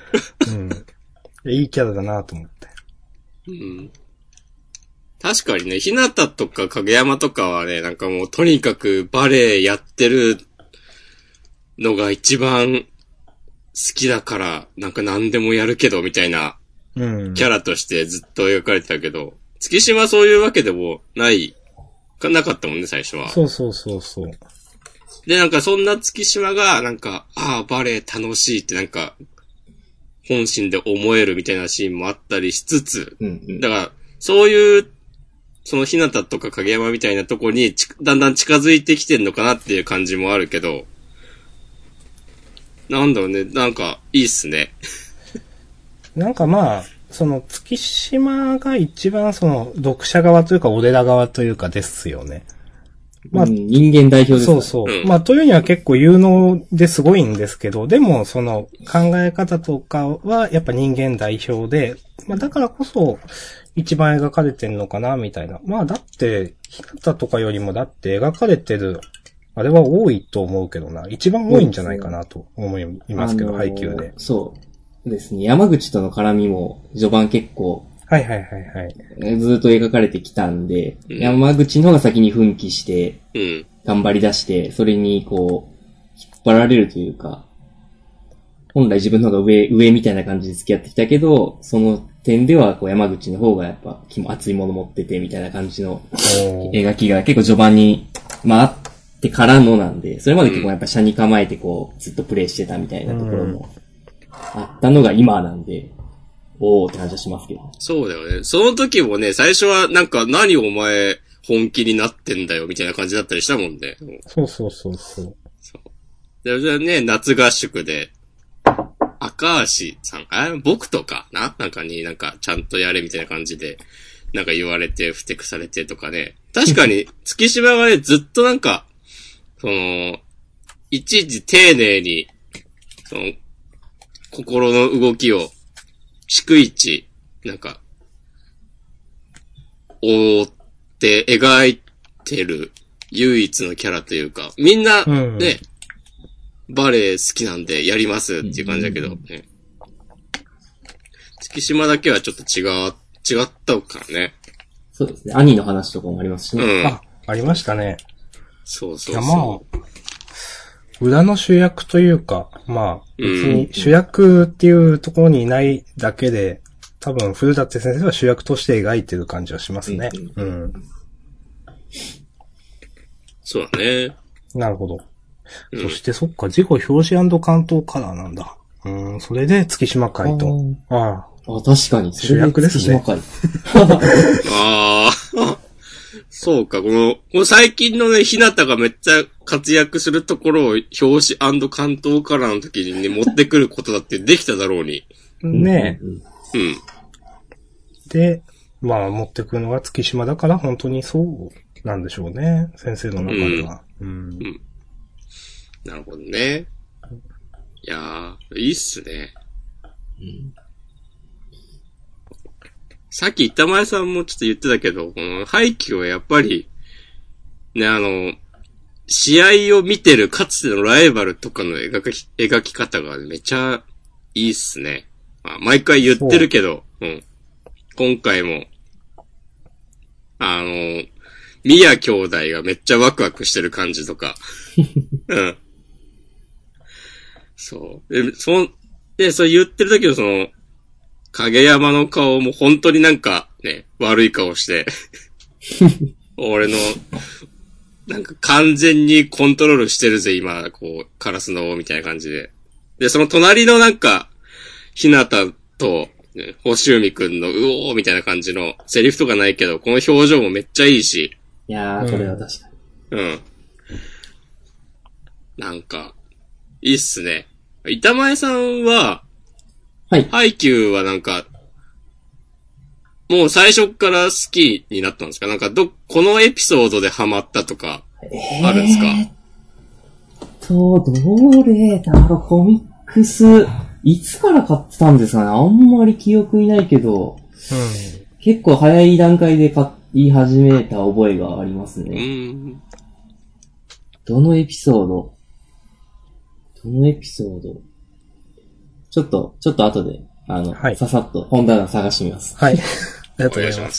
いいキャラだなと思って。 うん。確かにね、日向とか影山とかはね、なんかもうとにかくバレエやってるのが一番好きだから、なんか何でもやるけどみたいなキャラとしてずっと描かれてたけど、月島はそういうわけでもなかったもんね、最初は。 そうそうそうそう。 で、なんかそんな月島が、なんか、バレエ楽しいってなんか、本心で思えるみたいなシーンもあったりしつつ、だから、そういう、その日向とか影山みたいなとこにだんだん近づいてきてんのかなっていう感じもあるけど、なんだろうね、なんか、いいっすね。 なんかまあ、その月島が一番その読者側というか俺ら側というかですよね。 まあ、人間代表ですから。そうそう。まあ、というには結構有能ですごいんですけど、でもその考え方とかはやっぱ人間代表で、まあだからこそ一番描かれてんのかな、みたいな。まあだって、日向とかよりもだって描かれてる、あれは多いと思うけどな。一番多いんじゃないかなと思いますけど、配給で。 そうですね。山口との絡みも序盤結構、 はいはいはいはい。 ずっと描かれてきたんで、山口の方が先に奮起して、頑張り出して、それにこう、引っ張られるというか、本来自分の方が上みたいな感じで付き合ってきたけど、その点ではこう山口の方がやっぱ熱いもの持っててみたいな感じの描きが結構序盤に、まああってからのなんで、それまで結構やっぱ車に構えてこう、ずっとプレイしてたみたいなところもあったのが今なんで、おーって感じはしますけど。 そうだよね。その時もね、最初はなんか何お前本気になってんだよみたいな感じだったりしたもんね。 そうそうそうそう。 で、じゃあね、夏合宿で、赤足さん、僕とかなんかになんかちゃんとやれみたいな感じで、なんか言われて、ふてくされてとかね。確かに、月島はね、ずっとなんか、いちいち丁寧に、心の動きを、逐一、なんか、追って描いてる唯一のキャラというか、みんな、ね、バレエ好きなんでやりますっていう感じだけど、ね。月島だけはちょっと違ったからね。 そうですね。兄の話とかもありますしね。 ありましたね。 そうそうそう。 いやまあ、裏の主役というか、まあ、別に主役っていうところにいないだけで、多分古舘先生は主役として描いてる感じはしますね。 そうだね。 なるほど。そしてそっか、事後表紙関東カラーなんだ。それで月島海と。 確かに。 主役ですね。 月島海。 そうか、この最近のね、日向がめっちゃ活躍するところを表紙&関東カラーの時にね、持ってくることだってできただろうに。 ねえ。 うん。 で、 まあ持ってくのが月島だから本当にそうなんでしょうね。先生の中では。 なるほどね。いやー、いいっすね。さっき板前さんもちょっと言ってたけど、このハイキューはやっぱり、ね、試合を見てるかつてのライバルとかの描き方がめちゃいいっすね。まあ、毎回言ってるけど、今回も、ミヤ兄弟がめっちゃワクワクしてる感じとか。そう。そう言ってる時の影山の顔も本当になんかね、悪い顔して、俺の、なんか完全にコントロールしてるぜ、今、カラスの王みたいな感じで。で、その隣のなんか、ひなたと、ね、星海くんのうおーみたいな感じのセリフとかないけど、この表情もめっちゃいいし。 いやー、これは確かに。 なんか、いいっすね。板前さんは、 はい。 ハイキューはなんか、もう最初から好きになったんですか？なんかこのエピソードでハマったとか、あるんですか？ どれだろう、コミックス、いつから買ってたんですかね？あんまり記憶にないけど、結構早い段階で買い始めた覚えがありますね。どのエピソードちょっと後で、 はい、 ささっと本棚探してみます。 はい。ありがとうございます。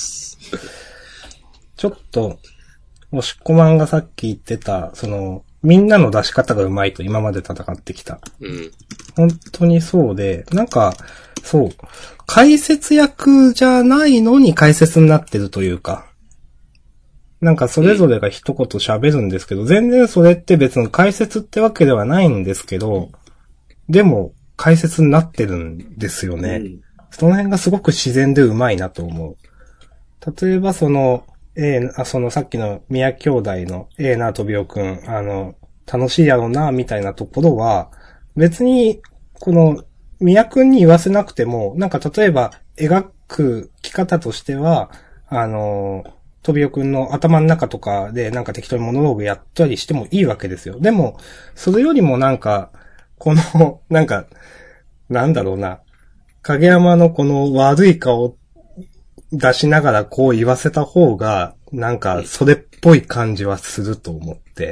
ちょっと、押し込まんがさっき言ってた、みんなの出し方が上手いと今まで戦ってきた。本当にそうで、なんか、そう、解説役じゃないのに解説になってるというか、なんかそれぞれが一言喋るんですけど、全然それって別に解説ってわけではないんですけど、でも解説になってるんですよね。その辺がすごく自然で上手いなと思う。例えばさっきの宮兄弟のとびおくん、楽しいやろうな、みたいなところは、別に、宮くんに言わせなくても、なんか例えば、描く着方としては、とびおくんの頭の中とかで、なんか適当にモノローグやったりしてもいいわけですよ。でも、それよりもなんか、なんか、なんだろうな、影山のこの悪い顔出しながらこう言わせた方が、なんかそれっぽい感じはすると思って。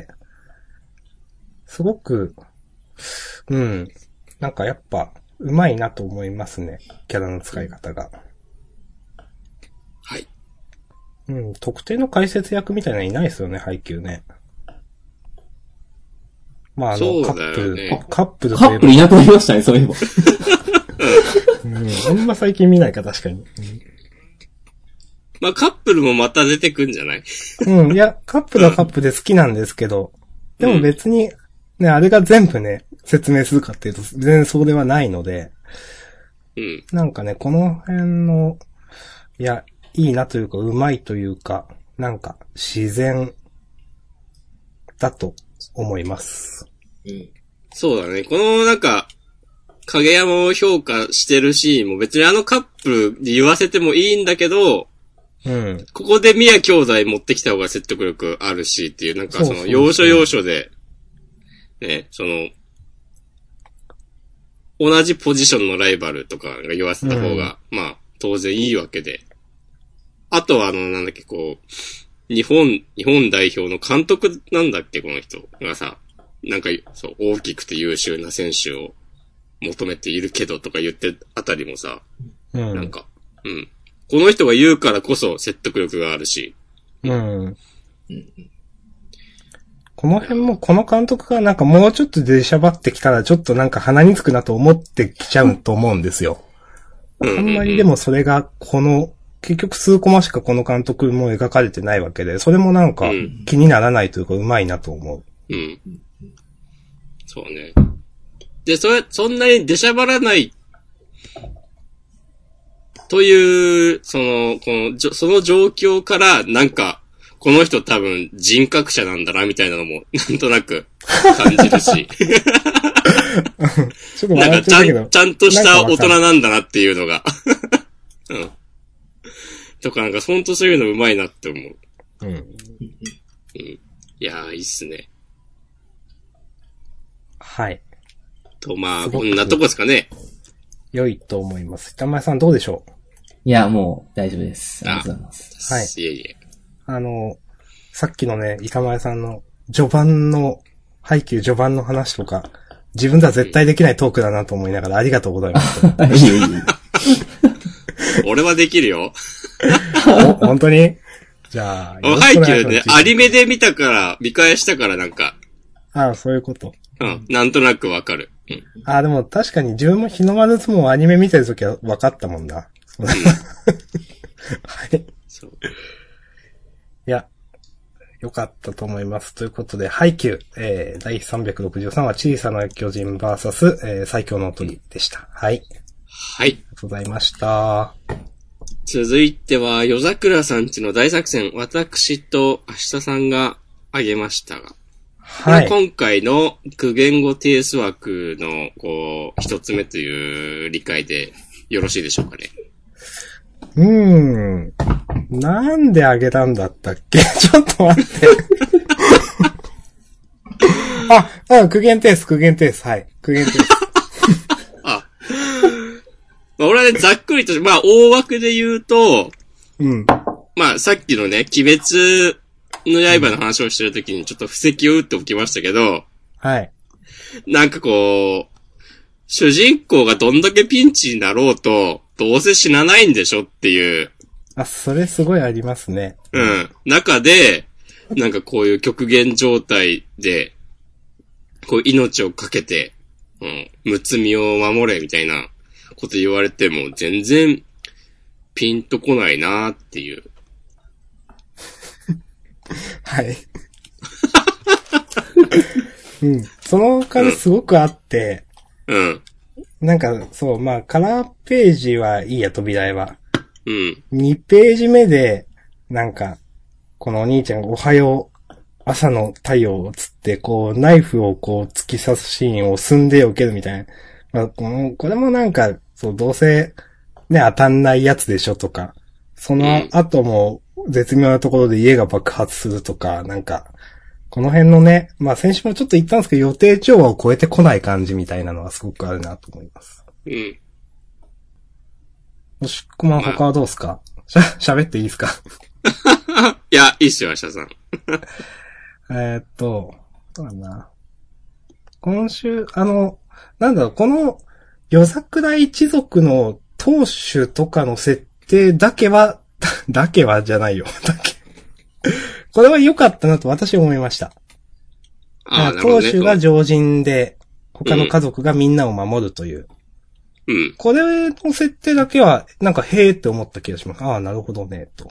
すごく、なんかやっぱ、うまいなと思いますね。キャラの使い方が。 はい。 特定の解説役みたいなのいないですよね、配給ね。まあそうカだよね、 ップルカップルいなくなりましたね、そういえば。 あんま最近見ないか、確かに。 まあ、カップルもまた出てくんじゃない？ いや、カップルはカップルで好きなんですけど、でも別に、ね、あれが全部ね、説明するかっていうと、全然そうではないので、なんかね、この辺の、いや、いいなというか、うまいというか、なんか、自然、だと思います。 そうだね。このなんか、影山を評価してるシーンも別にカップルで言わせてもいいんだけど、ここで宮兄弟持ってきた方が説得力あるしっていう、なんか要所要所で、ね、同じポジションのライバルとかが言わせた方が、まあ、当然いいわけで。あとはなんだっけ、日本代表の監督なんだっけ、この人がさ、なんか、そう、大きくて優秀な選手を求めているけどとか言ってあたりもさ、なんか、この人が言うからこそ説得力があるし。 この辺も、この監督がなんかもうちょっと出しゃばってきたらちょっとなんか鼻につくなと思ってきちゃうと思うんですよ。あんまりでもそれが結局数コマしかこの監督も描かれてないわけで、それもなんか気にならないというか上手いなと思う。 そうね。で、そんなに出しゃばらないという、その状況から、なんか、この人多分人格者なんだな、みたいなのも、なんとなく感じるし。 ちょっと笑っちゃうけど。 ちゃんとした大人なんだなっていうのが。 とかなんかほんとそういうの上手いなって思う。 うん。 うん。いやー、いいっすね。 はい。 と、まあ、こんなとこですかね。 良いと思います。板前さんどうでしょう？ いや、もう大丈夫です。ありがとうございます。 はい。 いえいえ。 さっきのね、板前さんの序盤の、配給序盤の話とか、自分では絶対できないトークだなと思いながらありがとうございます。 いえいえいえ。 俺はできるよ。 本当に？じゃあ、 ハイキューね、アニメで見返したからなんか。 ああ、そういうこと。 うん、なんとなくわかる。うん。 ああ、でも確かに自分も日の丸相撲アニメ見てるときは分かったもんな。うん、はい。そう。いや、よかったと思います。ということで、ハイキュー、第363話小さな巨人 VS、最強の鳥でした。はい。 はい。ありがとうございました。 続いては、夜桜さんちの大作戦、私と明日さんが挙げましたが。はい。今回の苦言語定数枠の、一つ目という理解でよろしいでしょうかね。 なんであげたんだったっけちょっと待って。苦言定数。はい。苦言定数。 俺はね、ざっくりと、まあ、大枠で言うと、 うん。 まあ、さっきのね、鬼滅の刃の話をしてるときにちょっと布石を打っておきましたけど、 はい。 なんか主人公がどんだけピンチになろうと、どうせ死なないんでしょっていう。 それすごいありますね。 うん。中で、なんかこういう極限状態で、命をかけて、むつみを守れみたいなこと言われても全然ピンとこないなーっていう。 はい。その感じすごくあって、なんか、そう、まあ、カラーページはいいや、扉絵は。2ページ目で、なんか、このお兄ちゃんがおはよう、朝の太陽をつって、ナイフを突き刺すシーンを寸で受けるみたいな。まあ、これもなんか、そう、どうせ、ね、当たんないやつでしょとか、その後も、絶妙なところで家が爆発するとか、なんか、この辺のね、まあ先週もちょっと言ったんですけど、予定調和を超えてこない感じみたいなのはすごくあるなと思います。もしくま他はどうですか？喋っていいですか？ いや、いいっすよ、明日さん。 そうだな。今週、なんだろう、この、夜桜一族の当主とかの設定だけはじゃないよ。これは良かったなと私は思いました。当主が常人で、他の家族がみんなを守るという。これの設定だけは、なんか、へーって思った気がします。なるほどね、と。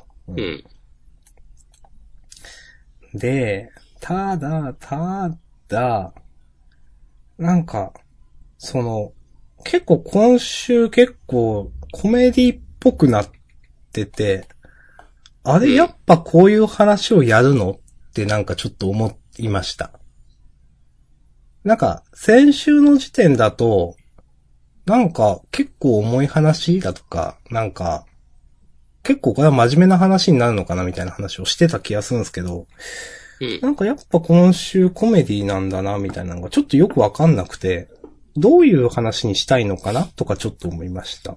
で、ただ、なんか、結構今週コメディっぽくなってて、あれやっぱこういう話をやるのってなんかちょっと思いました。なんか、先週の時点だと、なんか結構重い話だとか、なんか、結構これは真面目な話になるのかなみたいな話をしてた気がするんですけど、なんかやっぱ今週コメディなんだなみたいなのがちょっとよくわかんなくて、どういう話にしたいのかなとかちょっと思いました。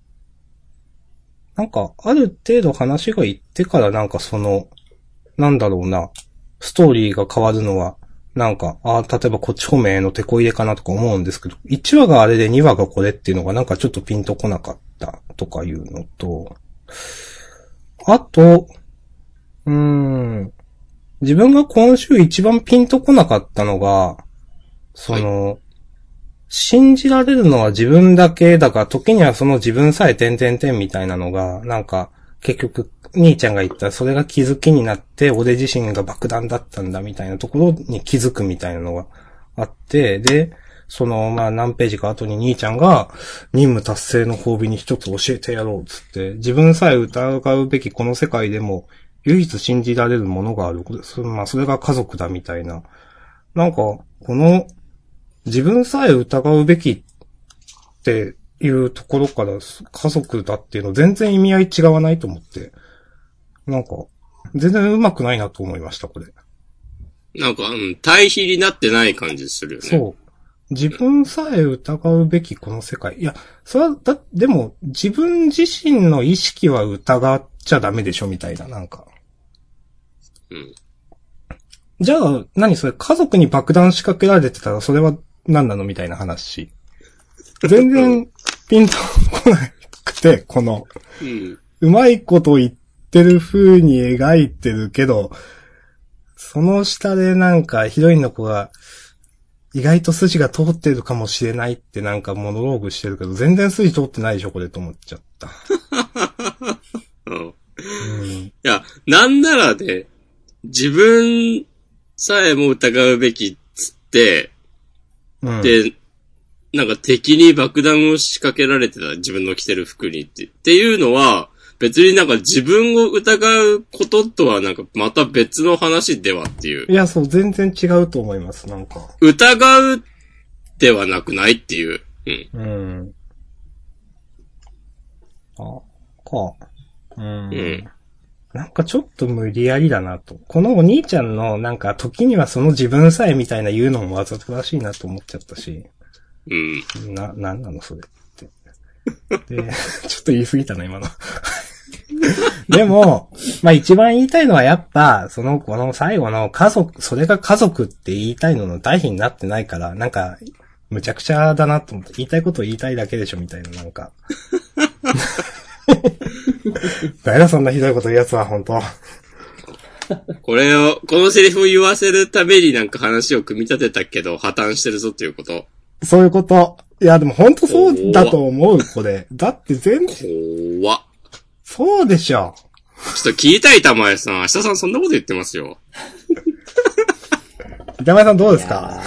なんか、ある程度話がいってからなんかなんだろうな、ストーリーが変わるのは、なんか、例えばこっち方面への手こ入れかなとか思うんですけど、1話があれで2話がこれっていうのがなんかちょっとピンとこなかったとかいうのと、あと、自分が今週一番ピンとこなかったのが、信じられるのは自分だけだが、時にはその自分さえ点みたいなのが、なんか、結局、兄ちゃんが言ったそれが気づきになって、俺自身が爆弾だったんだみたいなところに気づくみたいなのがあって、で、何ページか後に兄ちゃんが、任務達成の褒美に一つ教えてやろうつって、自分さえ疑うべきこの世界でも、唯一信じられるものがある。それが家族だみたいな。なんか、自分さえ疑うべきっていうところから家族だっていうの全然意味合い違わないと思って。なんか、全然上手くないなと思いました、これ。 なんか、対比になってない感じするよね。 そう。自分さえ疑うべきこの世界。いや、それは、でも、自分自身の意識は疑っちゃダメでしょ、みたいな、なんか。 うん。 じゃあ、何それ、家族に爆弾仕掛けられてたら、それは何なのみたいな話。全然、ピンとこなくて、この、うまいこと言ってる風に描いてるけど、その下でなんかヒロインの子が意外と筋が通ってるかもしれないってなんかモノローグしてるけど、全然筋通ってないでしょこれと思っちゃった。 いや、なんならね、自分さえも疑うべきっつって、で、なんか敵に爆弾を仕掛けられてた自分の着てる服にっていうのは、別になんか自分を疑うこととはなんかまた別の話ではっていう。 いや、そう、全然違うと思います、なんか。 疑うではなくないっていう。 なんかちょっと無理やりだなと。このお兄ちゃんのなんか時にはその自分さえみたいな言うのもわざとらしいなと思っちゃったし。なんなのそれって。で、ちょっと言い過ぎたな、今の。でも、まあ一番言いたいのはやっぱ、この最後の家族、それが家族って言いたいのの対比になってないから、なんか、むちゃくちゃだなと思って、言いたいことを言いたいだけでしょみたいな、なんか。誰だそんなひどいこと言うやつは、本当このセリフを言わせるためになんか話を組み立てたけど、破綻してるぞっていうこと。 そういうこと。いや、でも本当そうだと思う、これ。だって全然。 怖っ。 そうでしょ。 ちょっと聞いた板前さん。明日さんそんなこと言ってますよ。 板前さんどうですか？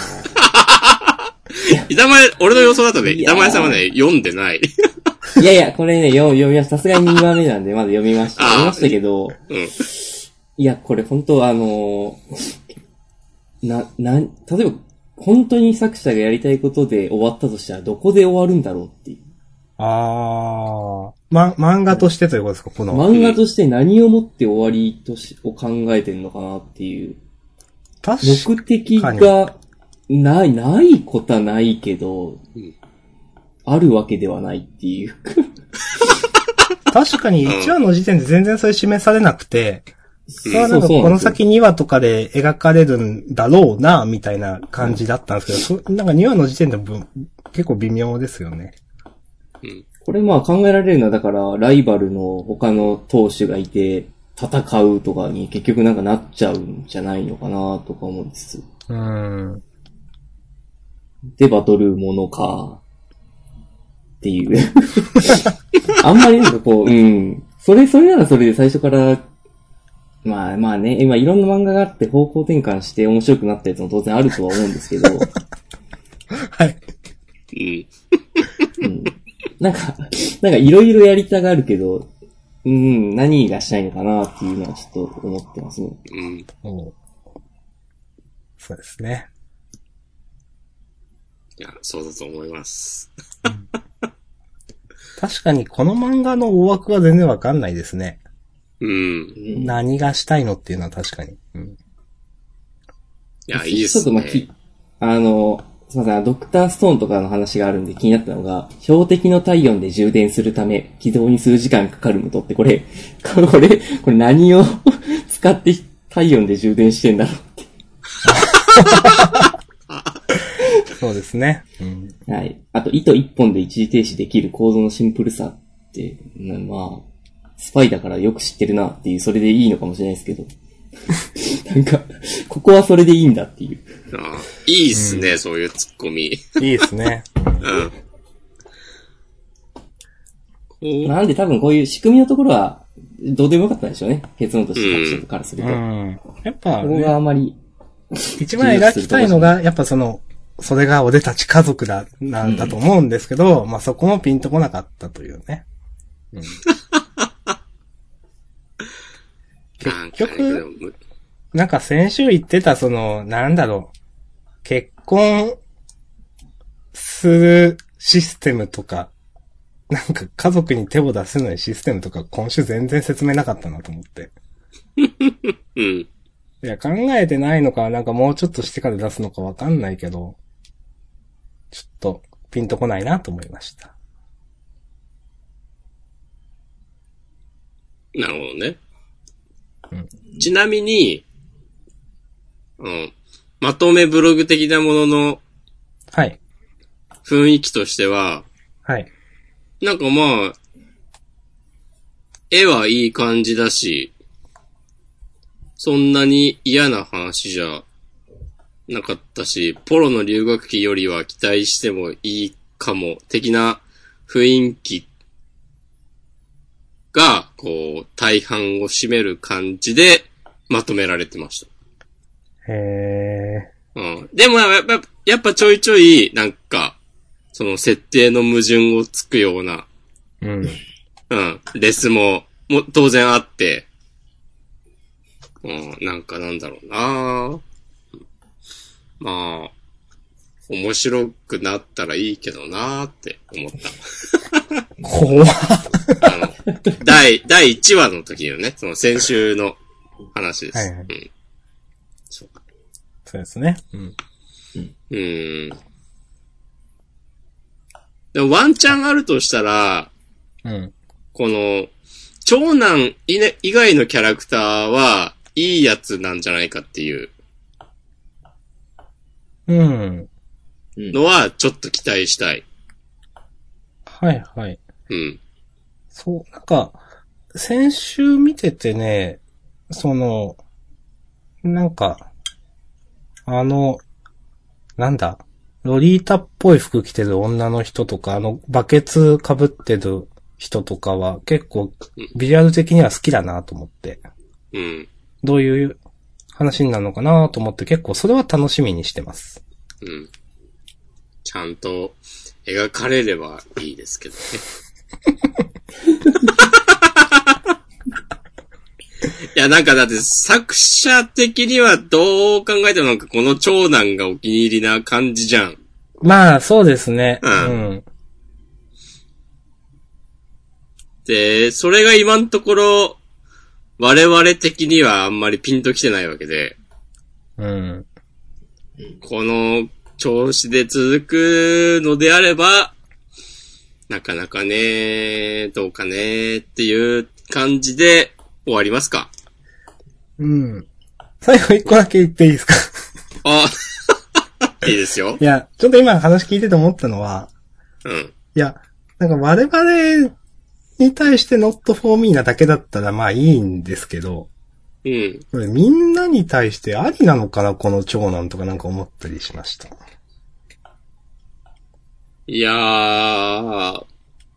板前、俺の予想だとね、板前さんはね、読んでない。 いや、これね、読みました。さすがに2話目なんで、まだ読みました。読みましたけど、いや、これ本当例えば、本当に作者がやりたいことで終わったとしたら、どこで終わるんだろうっていう。 漫画としてということですか、この。 漫画として何をもって終わりを考えてんのかなっていう。目的がないことはないけど、あるわけではないっていう。 確かに1話の時点で全然それ示されなくて、なんかこの先2話とかで描かれるんだろうな、みたいな感じだったんですけど、なんか2話の時点で結構微妙ですよね。 これまあ考えられるのはだからライバルの他の投手がいて戦うとかに結局なんかなっちゃうんじゃないのかなとか思うんです。でバトルものかっていう。あんまりなんかこう、それならそれで最初からまあね、今いろんな漫画があって方向転換して面白くなったやつも当然あるとは思うんですけど。 はい。 なんかいろいろやりたがるけど、何がしたいのかなっていうのはちょっと思ってますね。 そうですね。 いや、そうだと思います。 確かにこの漫画の大枠は全然わかんないですね。何がしたいのっていうのは確かに。いや、いいですね。ちょっとすいません、ドクターストーンとかの話があるんで気になったのが、標的の体温で充電するため、起動に数時間かかるのとって、これ何を使って体温で充電してんだろうって。 そうですね。 はい。あと、糸一本で一時停止できる構造のシンプルさって、まあ、スパイだからよく知ってるなっていう、それでいいのかもしれないですけど。なんか、ここはそれでいいんだっていう。 いいっすね、そういうツッコミ。いいですね。 なんで多分こういう仕組みのところは、どうでもよかったんでしょうね。結論として作者からすると。 やっぱ、 ここがあまり。 一番描きたいのが、やっぱそれが俺たち家族なんだと思うんですけど、まあそこもピンとこなかったというね。結局、なんか先週言ってた結婚するシステムとかなんか家族に手を出せないシステムとか今週全然説明なかったなと思って。 うん。 いや、考えてないのか、なんかもうちょっとしてから出すのかわかんないけど、ちょっとピンとこないなと思いました。 なるほどね。 うん、 ちなみに、まとめブログ的なものの、 はい。 雰囲気としては、 はい。 なんかまあ、絵はいい感じだし、そんなに嫌な話じゃなかったし、ポロの留学期よりは期待してもいいかも、的な雰囲気が、こう、大半を占める感じでまとめられてました。 へうん。でもやっぱちょいちょい、なんか、その設定の矛盾をつくような、 うん。 うん、レスも当然あって、うん、なんかなんだろうなまあ、面白くなったらいいけどなーって思った。 怖っ。 第1話の時のね、その先週の話です。 はいはい。 うん、そうですね。うん。 でもワンチャンあるとしたら、 うん。 この、長男以外のキャラクターは、いいやつなんじゃないかっていう。 うん。 のは、ちょっと期待したい。 はいはい。 うん。 そう、なんか、先週見ててね、なんか、なんだ、ロリータっぽい服着てる女の人とか、バケツ被ってる人とかは結構、ビジュアル的には好きだなと思って。 うん。 どういう話になるのかなと思って結構それは楽しみにしてます。 うん。ちゃんと描かれればいいですけどね。いや、なんかだって作者的にはどう考えてもなんかこの長男がお気に入りな感じじゃん。 まあ、そうですね。 うん。で、それが今のところ、我々的にはあんまりピンときてないわけで。 うん。 この調子で続くのであれば、なかなかね、どうかねっていう感じで終わりますか。 うん。最後一個だけ言っていいですか？ あ、いいですよ。 いや、ちょっと今話聞いてて思ったのは、 うん。 いや、なんか我々に対して not for me なだけだったらまあいいんですけど、 うん。 これみんなに対してありなのかなこの長男とかなんか思ったりしました。 いやー。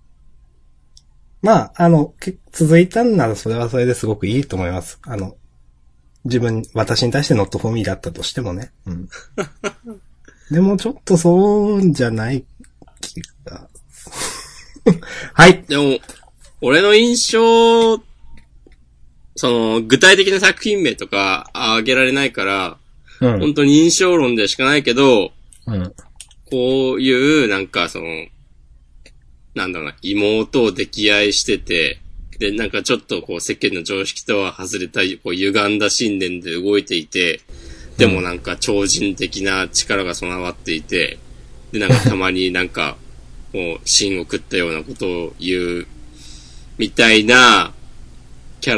まあ、続いたんならそれはそれですごくいいと思います。私に対して not for me だったとしてもね。うん。でもちょっとそうじゃない気が。はい。 でも、俺の印象、具体的な作品名とか挙げられないから、うん、本当に印象論でしかないけど、 うん、 こういう、なんかなんだろうな、妹を溺愛してて、で、なんかちょっとこう世間の常識とは外れた、こう歪んだ信念で動いていて、でもなんか超人的な力が備わっていて、で、なんかたまになんか、もう芯を食ったようなことを言う、みたいな、キャ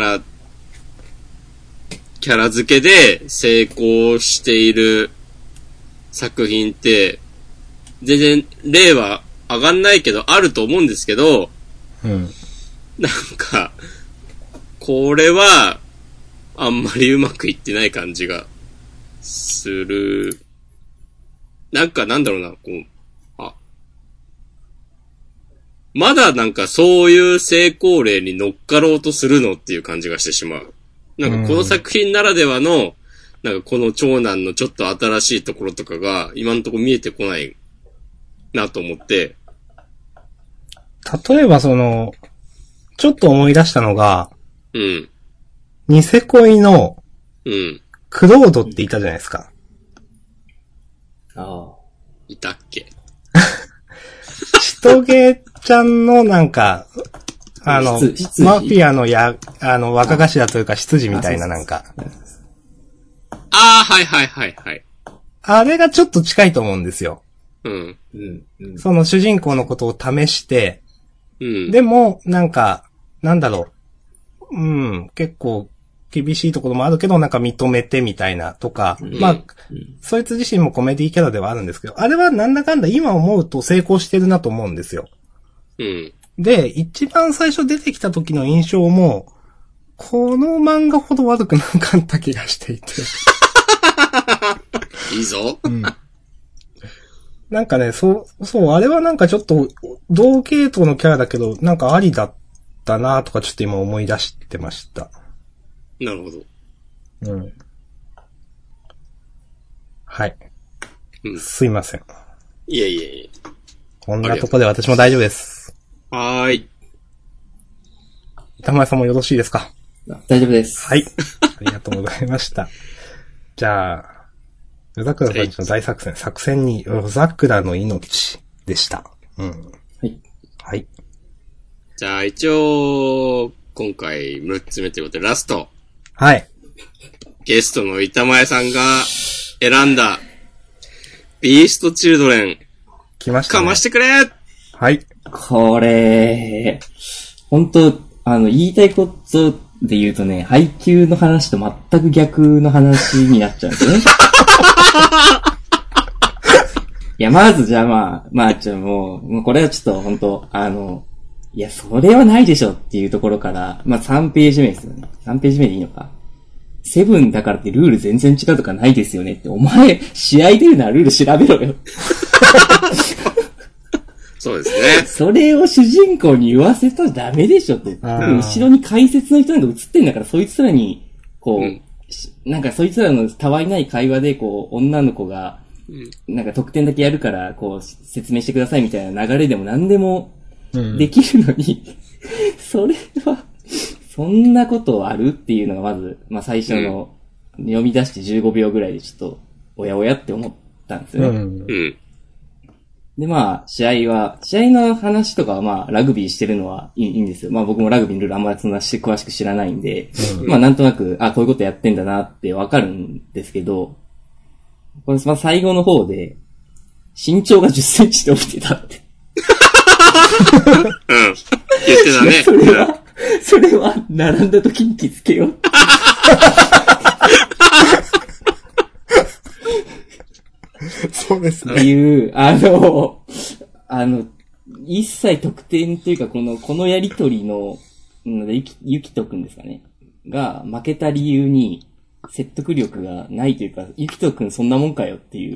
ラ付けで成功している作品って、全然例は上がんないけど、あると思うんですけど、 うん、 なんか、これは、あんまりうまくいってない感じがする。なんかなんだろうな、まだなんかそういう成功例に乗っかろうとするのっていう感じがしてしまう。なんかこの作品ならではの、なんかこの長男のちょっと新しいところとかが今のところ見えてこないなと思って。 例えばちょっと思い出したのが、 うん。 ニセ恋の、 うん。 クロードっていたじゃないですか。 ああ。 いたっけ？ 知っ人毛ちゃんのなんか、マフ執事ィアの若頭というか執事みたいななんか。 はいはいはいはい。 あれがちょっと近いと思うんですよ。 うん。 その主人公のことを試して、 うん。 でも、なんか、なんだろう。結構厳しいところもあるけど、なんか認めてみたいなとか、まあ、そいつ自身もコメディキャラではあるんですけど、あれはなんだかんだ今思うと成功してるなと思うんですよ。 うん。 で、一番最初出てきた時の印象も、この漫画ほど悪くなかった気がしていて。 いいぞ。 なんかね、そう、あれはなんかちょっと、同系統のキャラだけど、なんかありだったなとかちょっと今思い出してました。 なるほど。 はい。すいません。 いえいえいえ。 こんなとこで私も大丈夫です。 はーい。 板前さんもよろしいですか？ 大丈夫です。 はい。ありがとうございました。じゃあ、夜桜さんちの大作戦、作戦に夜桜の命でした。 はい。 はい。 じゃあ一応、今回6つ目ということでラスト。 はい。 ゲストの板前さんが選んだ、ビーストチルドレン。 来ましたね。 かましてくれ！ はい。 これ、本当言いたいことで言うとね、配給の話と全く逆の話になっちゃうんですよね。いや、まずじゃあまあ、もうこれはちょっと本当いや、それはないでしょっていうところから、まあ3ページ目ですよね。3ページ目でいいのか。セブンだからってルール全然違うとかないですよねって。お前、試合出るならルール調べろよ。 そうですね。 それを主人公に言わせたらダメでしょって。後ろに解説の人なんか映ってんだから、そいつらに、こう、なんかそいつらのたわいない会話で、こう、女の子が、なんか得点だけやるから、こう、説明してくださいみたいな流れでも何でもできるのに、それは、そんなことあるっていうのがまず、まあ最初の、読み出して15秒ぐらいでちょっと、おやおやって思ったんですよね。で、まあ、試合の話とかはまあ、ラグビーしてるのはいいんですよ。まあ僕もラグビーのルールあんまりそんな詳しく知らないんで、まあなんとなく、こういうことやってんだなってわかるんですけど、これ、まあ最後の方で、身長が10センチで起きてたって。 言ってたね。 それは、並んだ時に気づけよう。 そうですね。 っていう、一切得点というか、このやりとりの、ゆきとくんですかね。が、負けた理由に、説得力がないというか、ゆきとくんそんなもんかよっていう。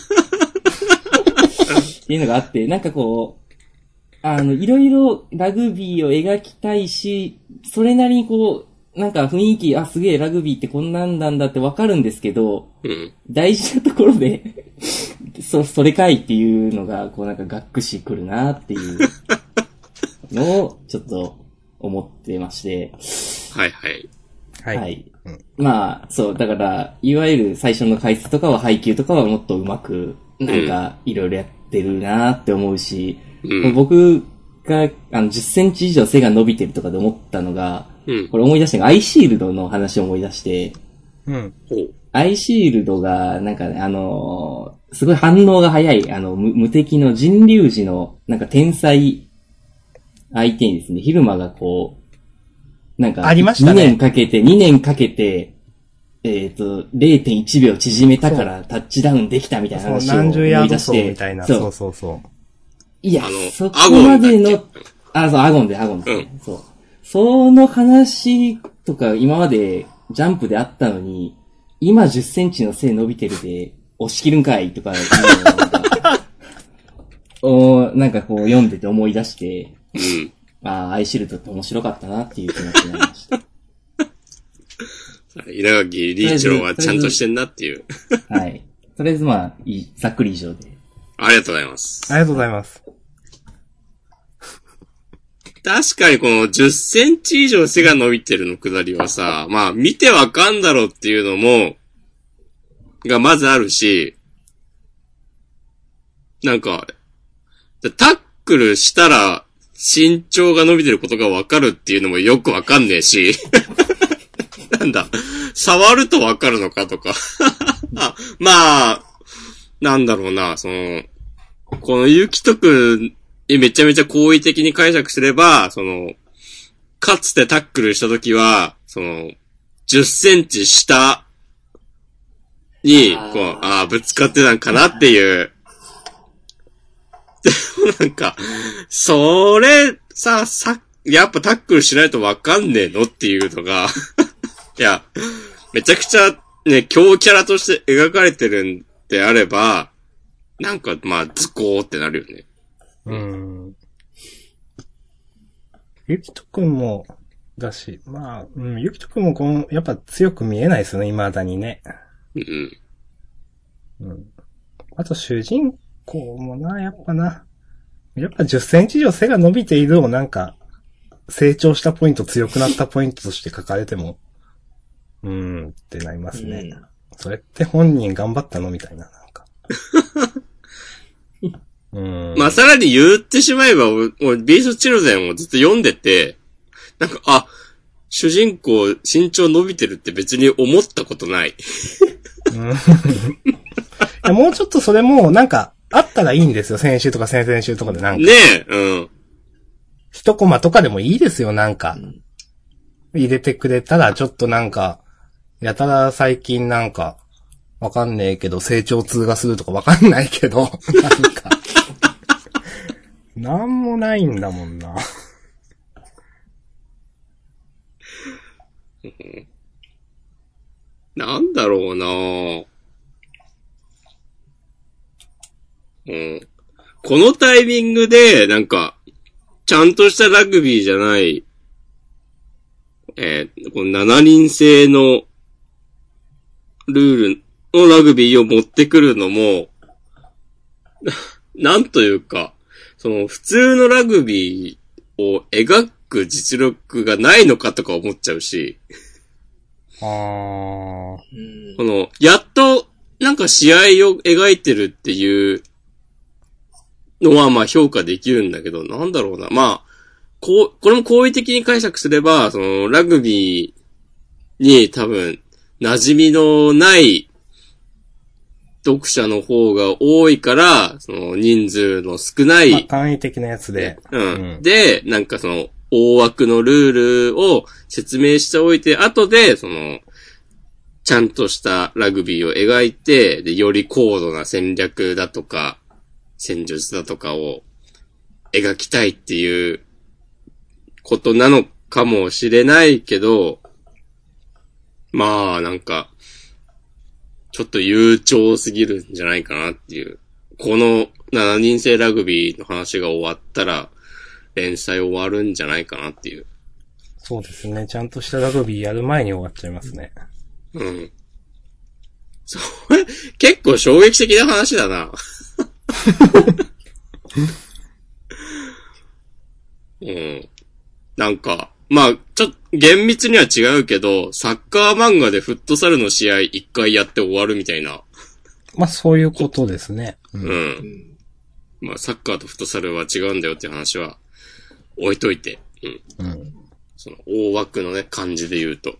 っていうのがあって、なんかこう、いろいろラグビーを描きたいし、それなりにこう、なんか雰囲気、すげえラグビーってこんなんなんだってわかるんですけど、大事なところで、それかいっていうのが、こうなんかがっくしくるなっていうのを、ちょっと思ってまして。 はいはい。 はい。まあ、そう、だから、いわゆる最初の解説とかは配球とかはもっとうまく、なんか、いろいろやってるなって思うし、僕が、10センチ以上背が伸びてるとかで思ったのが、これ思い出したのが、アイシールドの話を思い出して、アイシールドが、なんかね、すごい反応が早い、無敵の人竜児の、なんか天才相手にですね、ヒルマがこう、なんか、2年かけて、0.1 秒縮めたからタッチダウンできたみたいな話を思い出して。 みたいな。そう。 いや、そこまでの、そう、アゴンですね。そう。その話とか今までジャンプであったのに、今10センチの背伸びてるで、押し切るんかいとか、なんかこう読んでて思い出して、アイシールドって面白かったなっていう気持ちになりました。 稲垣理一郎はちゃんとしてんなっていう。 はい。とりあえずまあ、ざっくり以上で。 ありがとうございます。 ありがとうございます。 確かにこの10センチ以上背が伸びてるのくだりはさ、まあ見てわかんだろうっていうのも、がまずあるし、なんか、タックルしたら身長が伸びてることがわかるっていうのもよくわかんねえし。なんだ、触るとわかるのかとか。あ、まあ、なんだろうな、このゆきとくん、めちゃめちゃ好意的に解釈すれば、かつてタックルしたときは、10センチ下に、ぶつかってたんかなっていう。でもなんか、それ、やっぱタックルしないとわかんねえのっていうのが、いや、めちゃくちゃね、強キャラとして描かれてるんであれば、なんか、まあ、ズコーってなるよね。 ゆきとくんも、だし、まあ、ゆきとくんもやっぱ強く見えないですよね、未だにね。あと主人公もな、やっぱ10センチ以上背が伸びているをなんか、成長したポイント、強くなったポイントとして書かれても、ってなりますね。それって本人頑張ったのみたいな、なんか。 まあ、さらに言ってしまえば、ビーストチルドレンをずっと読んでて、なんか、主人公身長伸びてるって別に思ったことない。いやもうちょっとそれも、なんか、あったらいいんですよ。先週とか先々週とかでなんか。 ねえ、 一コマとかでもいいですよ、なんか。入れてくれたら、ちょっとなんか、やたら最近なんか、わかんねえけど、成長痛がするとかわかんないけど、なんか、なんもないんだもんな。 なんだろうなこのタイミングで、なんか、ちゃんとしたラグビーじゃない、この7人制のルールのラグビーを持ってくるのも、なんというか、普通のラグビーを描く実力がないのかとか思っちゃうし、やっと、なんか試合を描いてるっていうのはまあ評価できるんだけど、なんだろうな。まあ、これも好意的に解釈すれば、ラグビーに多分、馴染みのない読者の方が多いから、人数の少ない。まあ、 簡易的なやつで。 で、なんか大枠のルールを説明しておいて、後で、ちゃんとしたラグビーを描いて、で、より高度な戦略だとか、戦術だとかを描きたいっていうことなのかもしれないけど、まあ、なんか、ちょっと悠長すぎるんじゃないかなっていう。この7人制ラグビーの話が終わったら、連載終わるんじゃないかなっていう。 そうですね。ちゃんとしたラグビーやる前に終わっちゃいますね。 それ、結構衝撃的な話だな。なんか、まあ、厳密には違うけど、サッカー漫画でフットサルの試合一回やって終わるみたいな。 まあ、そういうことですね。 まあ、サッカーとフットサルは違うんだよっていう話は置いといて。大枠のね、感じで言うと。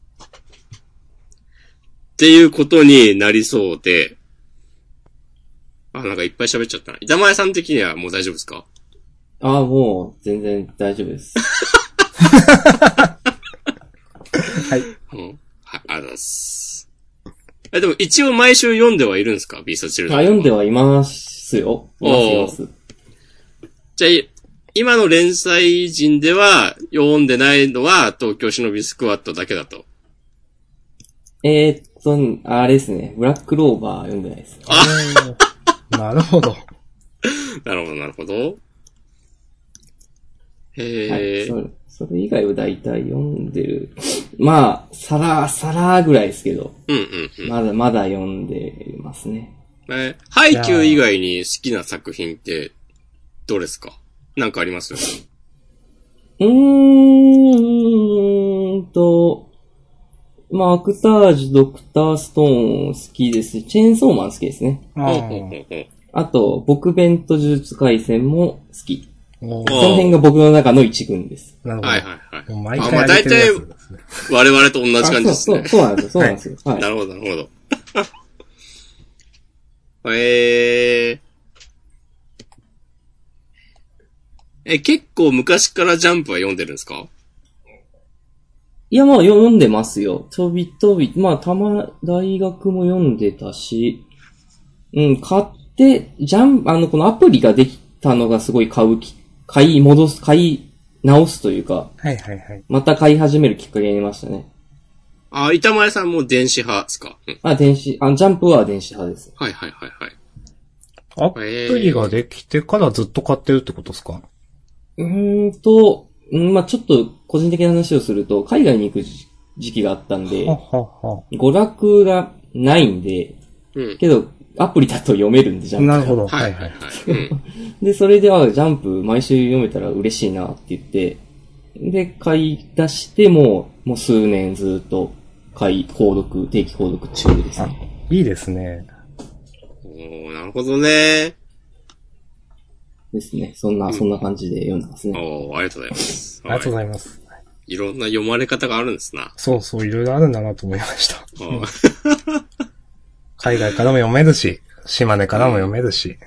っていうことになりそうで、なんかいっぱい喋っちゃったな。板前さん的にはもう大丈夫ですか？ もう全然大丈夫です。 はい。 はい、ありがとうございます。でも一応毎週読んではいるんですか？ビーストチルドレン。 読んではいますよ。います。 じゃあ、今の連載陣では読んでないのは東京忍びスクワットだけだと。 あれですね。ブラックローバー読んでないです。 なるほど。 なるほど。それ以外は大体読んでる。まあ、さらぐらいですけど。まだ読んでますね。 ハイキュー以外に好きな作品ってどれですか？なんかあります？ まあ、アクタージュ、ドクターストーン好きですし、チェーンソーマン好きですね。 あと、僕弁と呪術廻戦も好き。 おその辺が僕の中の一軍です。 なるほど。 はいはいはい。 もう毎回上げてるやつですね。 我々と同じ感じですね。 そうなんですよ。そうなんですよ。はい。 なるほど、なるほど。結構昔からジャンプは読んでるんですか？ いや、まあ読んでますよ。ちょびっとび、まあ大学も読んでたし、買って、このアプリができたのがすごい買い直すというか、 はいはいはい。 また買い始めるきっかけになりましたね。 あ、板前さんも電子派ですか？ ジャンプは電子派です。 はいはいはいはい。 アプリができてからずっと買ってるってことですか？ まあちょっと個人的な話をすると、海外に行く時期があったんで、 はは。 娯楽がないんで、けど、アプリだと読めるんで、ジャンプが。 なるほど。 はいはいはい。 で、それで、ジャンプ毎週読めたら嬉しいなって言って、で、買い出してもう数年ずっと定期購読中ですね。 いいですね。 なるほどね。 ですね。そんな感じで読んでますね。 ありがとうございます。 ありがとうございます。 いろんな読まれ方があるんですな。 そうそう、いろいろあるんだなと思いました。海外からも読めるし、島根からも読めるし、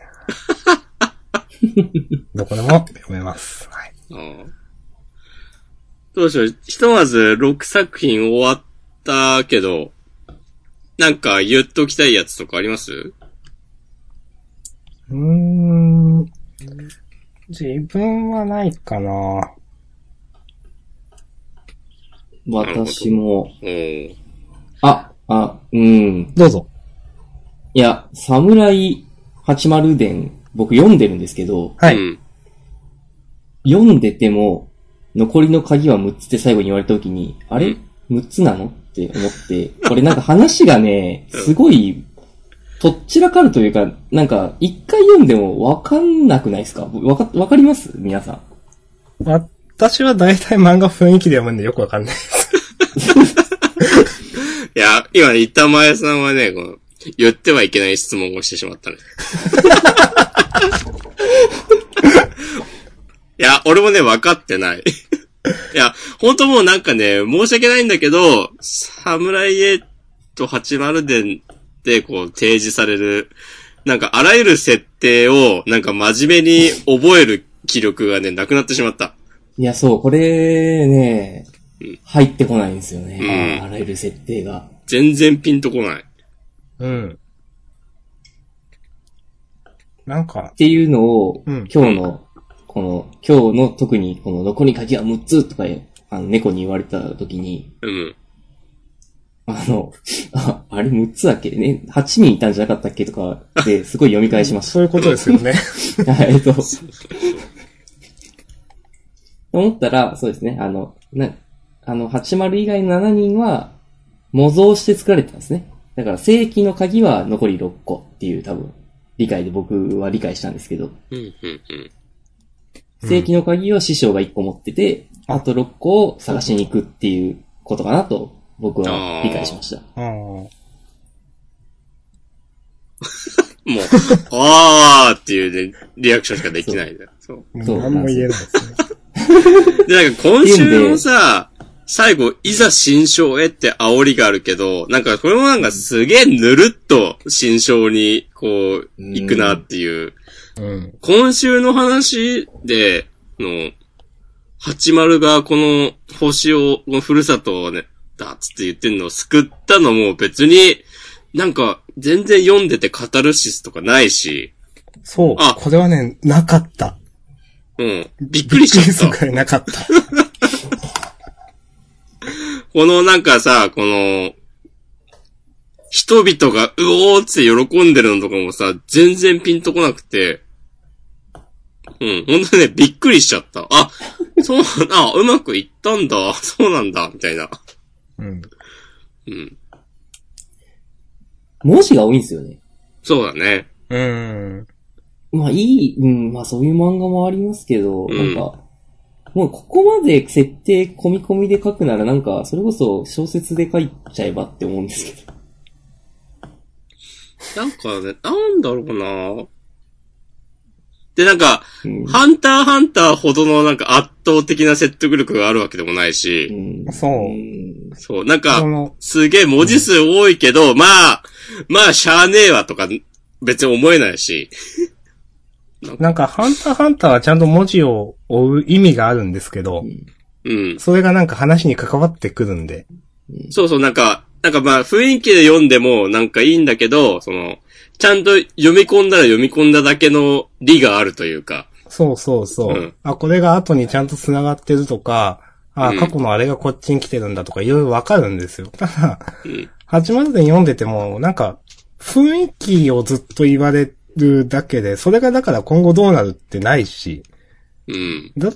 どこでも読めます。はい。 どうしよう。ひとまず6作品終わったけど、なんか言っときたいやつとかあります？ 自分はないかな。 私も。 どうぞ。 いや、サムライ80伝、僕読んでるんですけど、 はい。 読んでても、残りの鍵は6つって最後に言われたときに、あれ ?6 つなのって思って、これなんか話がね、すごい、とっちらかるというか、なんか、一回読んでもわかんなくないですか？わかります皆さん。 私は大体漫画雰囲気で読むんでよくわかんないです。 いや、今、板前さんはね、言ってはいけない質問をしてしまったね。いや、俺もね、分かってない。いや、本当もうなんかね、申し訳ないんだけど、サムライエイト80伝で提示される、なんかあらゆる設定を、なんか真面目に覚える気力がね、なくなってしまった。 いや、そう、これね、入ってこないんですよね。あらゆる設定が。 全然ピンとこない。 なんか。 っていうのを、今日の特にこの残り鍵は6つとか、猫に言われた時に、あれ6つだっけね、8人いたんじゃなかったっけとかで、すごい読み返しました。 そういうことですよね。 思ったら、そうですね、80以外の7人は、模造して作られてたんですね。だから正規の鍵は残り6個っていう多分、理解で僕は理解したんですけど、正規の鍵を師匠が1個持ってて、あと6個を探しに行くっていうことかなと僕は理解しました。 もう、 っていうね、リアクションしかできないんだよ。そう。 何も言えないですね。 で、なんか今週もさ、最後、いざ新章へって煽りがあるけど、なんかこれもなんかすげえぬるっと新章に行くなっていう。今週の話で、80がこの星を、ふるさとをね、だっつって言ってんのを救ったのも別に、なんか全然読んでてカタルシスとかないし。 そう。これはね、なかった。 びっくりしちゃった。 びっくりするくらいなかった。 このなんかさ、人々がうおーって喜んでるのとかもさ、全然ピンとこなくて、ほんとね、びっくりしちゃった。うまくいったんだ、そうなんだ、みたいな。 文字が多いんですよね。 そうだね。 まあまあそういう漫画もありますけど、なんか、もうここまで設定込み込みで書くならなんか、それこそ小説で書いちゃえばって思うんですけど。 なんかね、なんだろうな。 で、なんか、 うんハンターハンターほどのなんか圧倒的な説得力があるわけでもないし、そう、なんか、すげえ文字数多いけど、まあ、しゃあねえわとか、別に思えないし。 なんか、ハンターハンターはちゃんと文字を追う意味があるんですけど、 うん。 それがなんか話に関わってくるんで。 そうそう、なんかまあ雰囲気で読んでもなんかいいんだけど、ちゃんと読み込んだら読み込んだだけの理があるというか。 そうそうそう。 うん、 これが後にちゃんと繋がってるとか、過去のあれがこっちに来てるんだとかいろいろわかるんですよ。ただ、80年読んでても、なんか、雰囲気をずっと言われるだけで、それがだから今後どうなるってないし。 うん。 だって、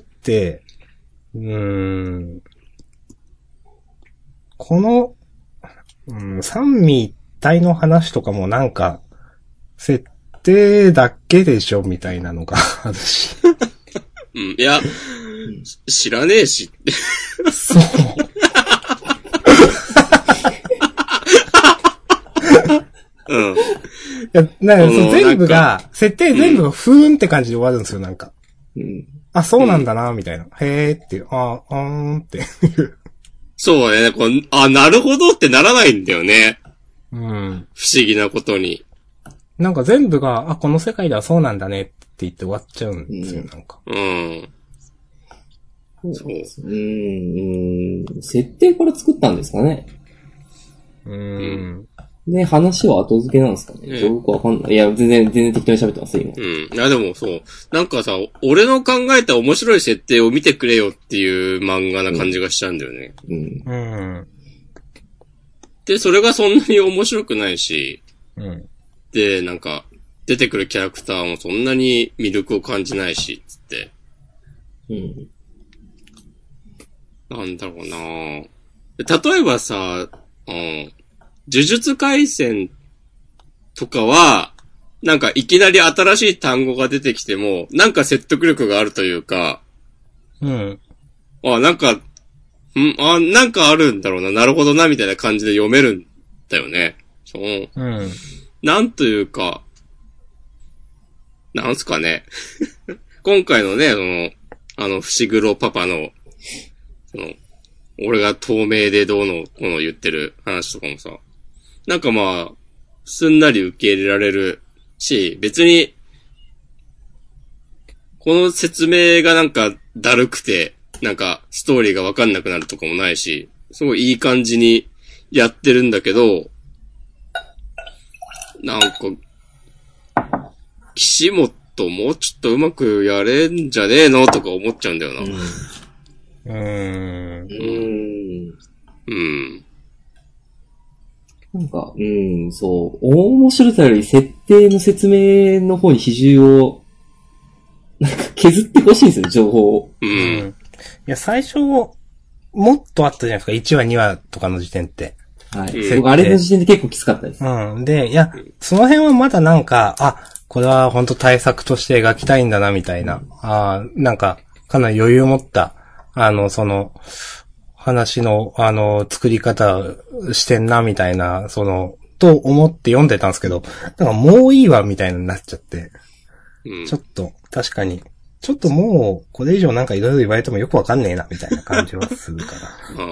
この、三位一体の話とかもなんか、設定だけでしょみたいなのがあるし。 うん、いや、知らねえし。 そう。 うん。 いや、なんか全部が、設定全部がふーんって感じで終わるんですよ、なんか。そうなんだな、みたいな。へーっていう、っていう。 そうね、なるほどってならないんだよね。 うん。 不思議なことに。 なんか全部が、この世界ではそうなんだねって言って終わっちゃうんですよ、なんか。 うん。 そう。設定から作ったんですかね。で、話は後付けなんですかね。よくわかんない。いや、全然適当に喋ってます、今。 いや、でもそう。なんかさ、俺の考えた面白い設定を見てくれよっていう漫画な感じがしちゃうんだよね。で、それがそんなに面白くないし。で、なんか、出てくるキャラクターもそんなに魅力を感じないし、つって。なんだろうな例えばさ、呪術廻戦とかは、なんかいきなり新しい単語が出てきても、なんか説得力があるというか、なんか、なんかあるんだろうな、なるほどな、みたいな感じで読めるんだよね。なんというか、なんすかね。今回のね、伏黒パパの、俺が透明でどうのこうの言ってる話とかもさ、なんかまあ、すんなり受け入れられるし、別に、この説明がなんかだるくて、なんかストーリーがわかんなくなるとかもないし、すごいいい感じにやってるんだけど、なんか、岸本もうちょっとうまくやれんじゃねえのとか思っちゃうんだよな。 なんか、そう、面白さより設定の説明の方に比重を、なんか削ってほしいんですよ、情報を。 いや、最初、もっとあったじゃないですか、1話、2話とかの時点って。 はい。僕、あれの時点で結構きつかったです。 で、いや、その辺はまだなんか、これは本当対策として描きたいんだな、みたいな。なんか、かなり余裕を持った、話の、作り方してんな、みたいな、と思って読んでたんですけど、なんかもういいわ、みたいになっちゃって。ちょっと、確かに。ちょっともう、これ以上なんかいろいろ言われてもよくわかんねえな、みたいな感じはするから。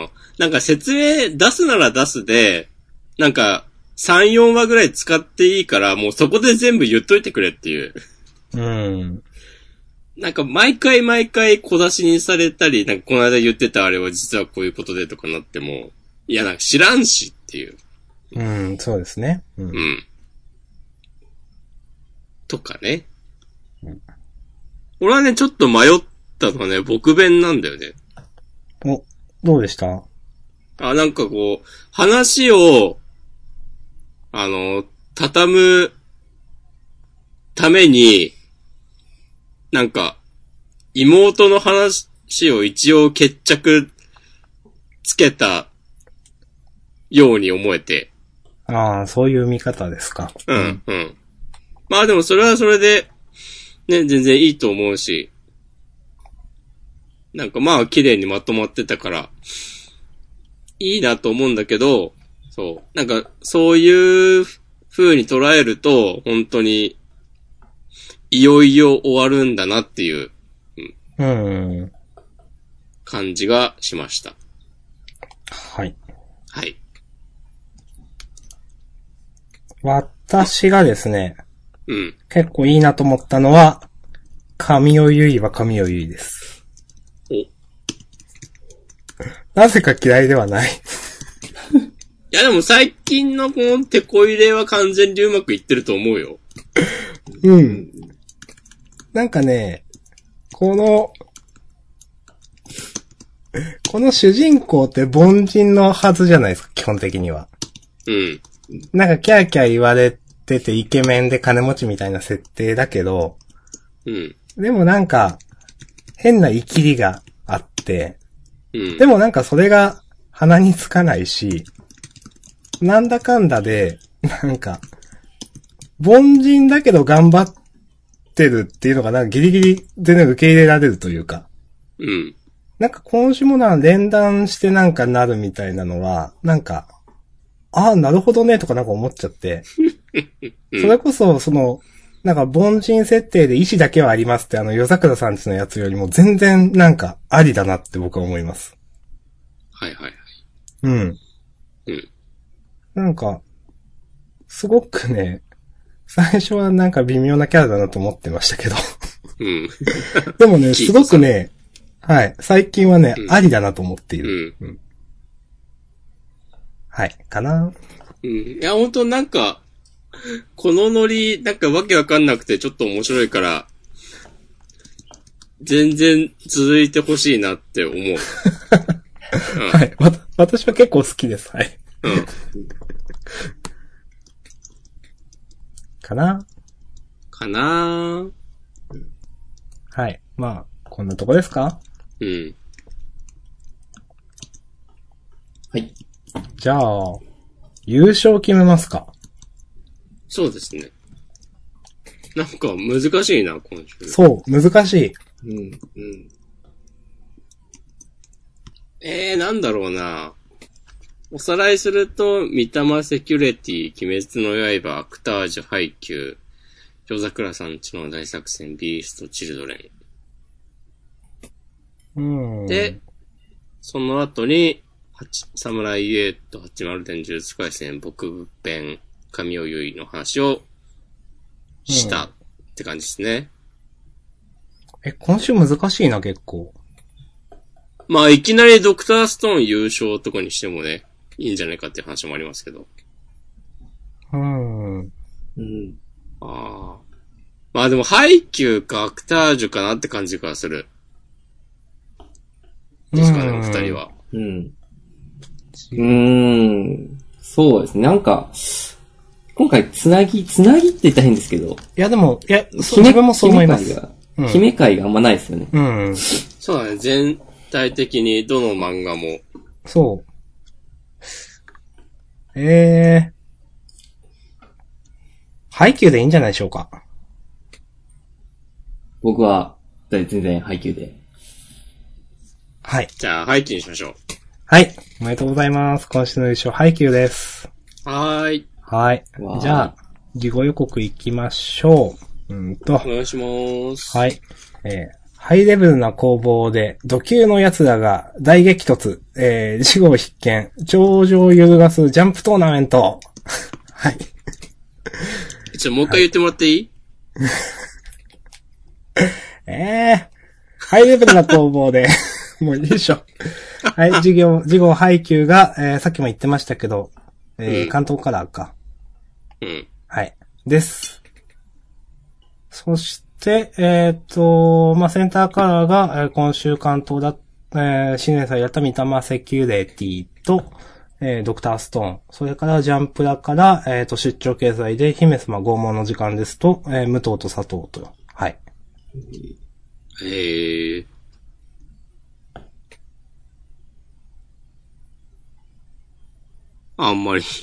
なんか説明出すなら出すで、なんか、3、4話ぐらい使っていいから、もうそこで全部言っといてくれっていう。なんか毎回小出しにされたり、なんかこの間言ってたあれは実はこういうことでとかなっても、いやなんか知らんしっていう。 そうですね。 とかね。俺はね、ちょっと迷ったのはね、僕弁なんだよね。 どうでした？ なんかこう、話を、畳むために、なんか、妹の話を一応決着つけたように思えて。 そういう見方ですか。 まあでもそれはそれで、ね、全然いいと思うし、なんかまあ綺麗にまとまってたから、いいなと思うんだけど、そう。なんか、そういう風に捉えると、本当に、 いよいよ終わるんだなっていう感じがしました。 はい。 はい。 私がですね、結構いいなと思ったのは、神尾結衣は神尾結衣です。なぜか嫌いではない。 いやでも最近のこのテこ入れは完全にうまくいってると思うよ。 なんかね、この主人公って凡人のはずじゃないですか、基本的には。なんかキャーキャー言われててイケメンで金持ちみたいな設定だけど、でもなんか、変なイキリがあって、でもなんかそれが鼻につかないし、なんだかんだで、なんか、凡人だけど頑張ってるっていうのがなんかギリギリ全然受け入れられるというか。なんか今週も連弾してなんかなるみたいなのは、なんか、ああ、なるほどね、とかなんか思っちゃって。それこそ、なんか凡人設定で意志だけはありますって夜桜さんちのやつよりも全然なんかありだなって僕は思います。 はいはいはい。 なんか、すごくね、最初はなんか微妙なキャラだなと思ってましたけど。でもね、すごくね、はい、最近はね、ありだなと思っている。はい、かな。 いや、ほんとなんか、このノリ、なんかわけわかんなくてちょっと面白いから、全然続いてほしいなって思う。 はい、私は結構好きです。はい。かなはい。まあ、こんなとこですか？ はい。 じゃあ、優勝決めますか？ そうですね。なんか難しいな、今週。 そう、難しい。なんだろうな。おさらいすると、三玉セキュリティ、鬼滅の刃、アクタージュ、ハイキュー、夜桜さんちの大作戦、ビースト、チルドレン。で、その後に、サムライエイト、80点呪術廻戦、僕弁、神尾結衣の話をしたって感じですね。 今週難しいな、結構。 まあ、いきなりドクターストーン優勝とかにしてもね、いいんじゃないかっていう話もありますけど。まあでも、ハイキューかアクタージュかなって感じがする。ですかね、お二人は。 そうですね。なんか、今回つなぎって言ったら変ですけど。 いやでも、自分もそう思います。 姫会があんまないですよね。 そうだね、全体的にどの漫画も。 そう。配給でいいんじゃないでしょうか。 僕は、全然配給で。 はい。 じゃあ、配給にしましょう。 はい。おめでとうございます。今週の優勝、配給です。 はい。 じゃあ、事後予告いきましょう。 お願いします。 はい。ハイレベルな攻防で、土級の奴らが大激突、事後必見、頂上を揺るがすジャンプトーナメント。はい。 もう一回言ってもらっていい？ ハイレベルな攻防で、もういいでしょ。はい、事後配給が、さっきも言ってましたけど、関東カラーか。はい。です。そして、まあ、センターカラーが、今週関東新年祭やった三玉セキュリティと、ドクターストーン。それからジャンプラから、出張経済で姫様拷問の時間ですと、武藤と佐藤と。はい。 あんまり。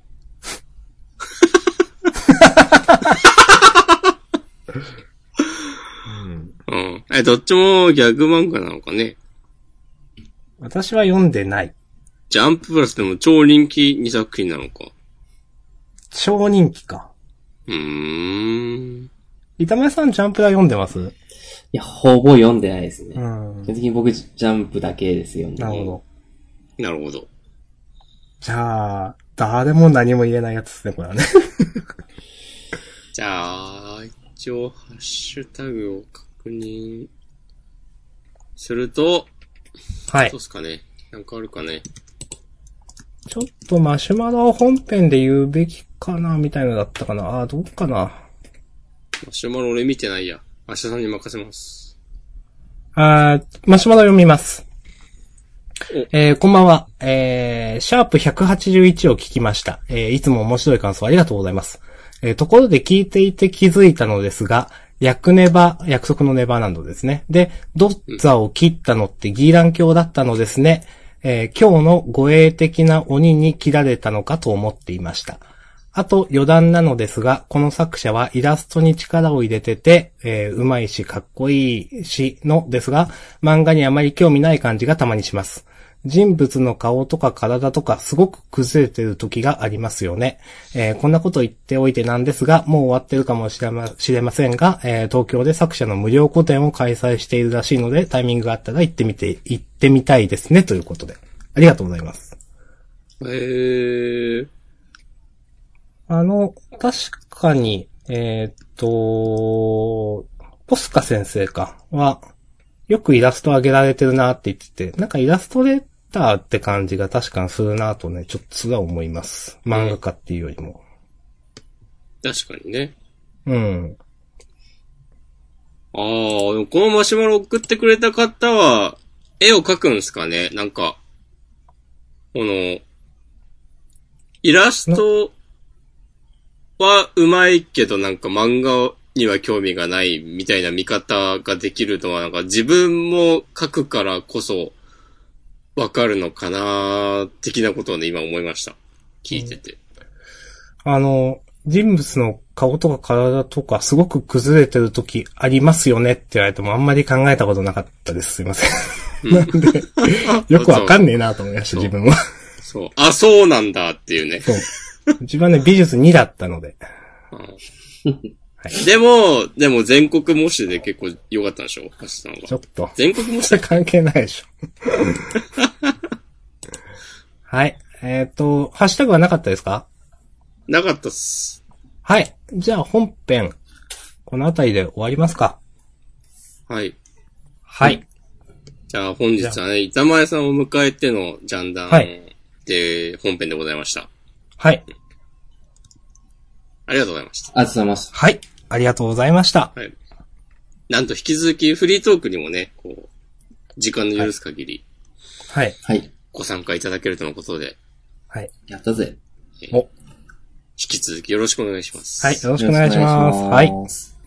どっちもギャグ漫画なのかね。 私は読んでない。 ジャンププラスでも超人気2作品なのか。 超人気か。 板前さんジャンプラ読んでます？ いや、ほぼ読んでないですね。 うん。 基本的に僕、ジャンプだけですよね。 なるほど。 なるほど。 じゃあ、誰も何も言えないやつですね、これはね。 じゃあ、一応、ハッシュタグを確認すると、 はい。 どうすかね。なんかあるかね。 ちょっとマシュマロ本編で言うべきかな、みたいなのだったかな。どうかな。 マシュマロ俺見てないや。明日さんに任せます。 マシュマロ読みます。こんばんは。シャープ181を聞きました。いつも面白い感想ありがとうございます。ところで聞いていて気づいたのですが、約束のネバーランドですね。で、ドッザを切ったのってギーラン教だったのですね。今日の護衛的な鬼に切られたのかと思っていました。あと余談なのですが、この作者はイラストに力を入れてて、うまいしかっこいいしのですが、漫画にあまり興味ない感じがたまにします。人物の顔とか体とかすごく崩れてる時がありますよね。こんなこと言っておいてなんですが、もう終わってるかもしれませんが、東京で作者の無料個展を開催しているらしいので、タイミングがあったら行ってみたいですね、ということで。ありがとうございます。確かに、ポスカ先生は、よくイラスト上げられてるなって言ってて、なんかイラストレーターって感じが確かにするなとね、ちょっとすら思います。漫画家っていうよりも。 確かにね。 うん。 このマシュマロ送ってくれた方は、絵を描くんすかね？なんか、イラストは上手いけどなんか漫画には興味がないみたいな見方ができるのはなんか自分も描くからこそわかるのかな的なことをね、今思いました。聞いてて。 人物の顔とか体とかすごく崩れてる時ありますよねって言われてもあんまり考えたことなかったです。すいません。なんで、よくわかんねえなと思いました、自分は。 そう。あ、そうなんだっていうね。 そう。自分はね、美術2だったので。 はい、でも全国模試で結構良かったんでしょ橋さんは。 ちょっと。 全国模試関係ないでしょ。はい。ハッシュタグはなかったですか？ なかったっす。 はい。じゃあ本編、このあたりで終わりますか？ はい。 はい。 じゃあ本日はね、板前さんを迎えてのジャンダンで本編でございました。 はい。 ありがとうございました。 ありがとうございます。 はい。ありがとうございました。 はい。なんと引き続きフリートークにもね、時間の許す限り。 はい。 はい。 ご参加いただけるとのことで。 はい。やったぜ。 引き続きよろしくお願いします。 はい。よろしくお願いします。はい。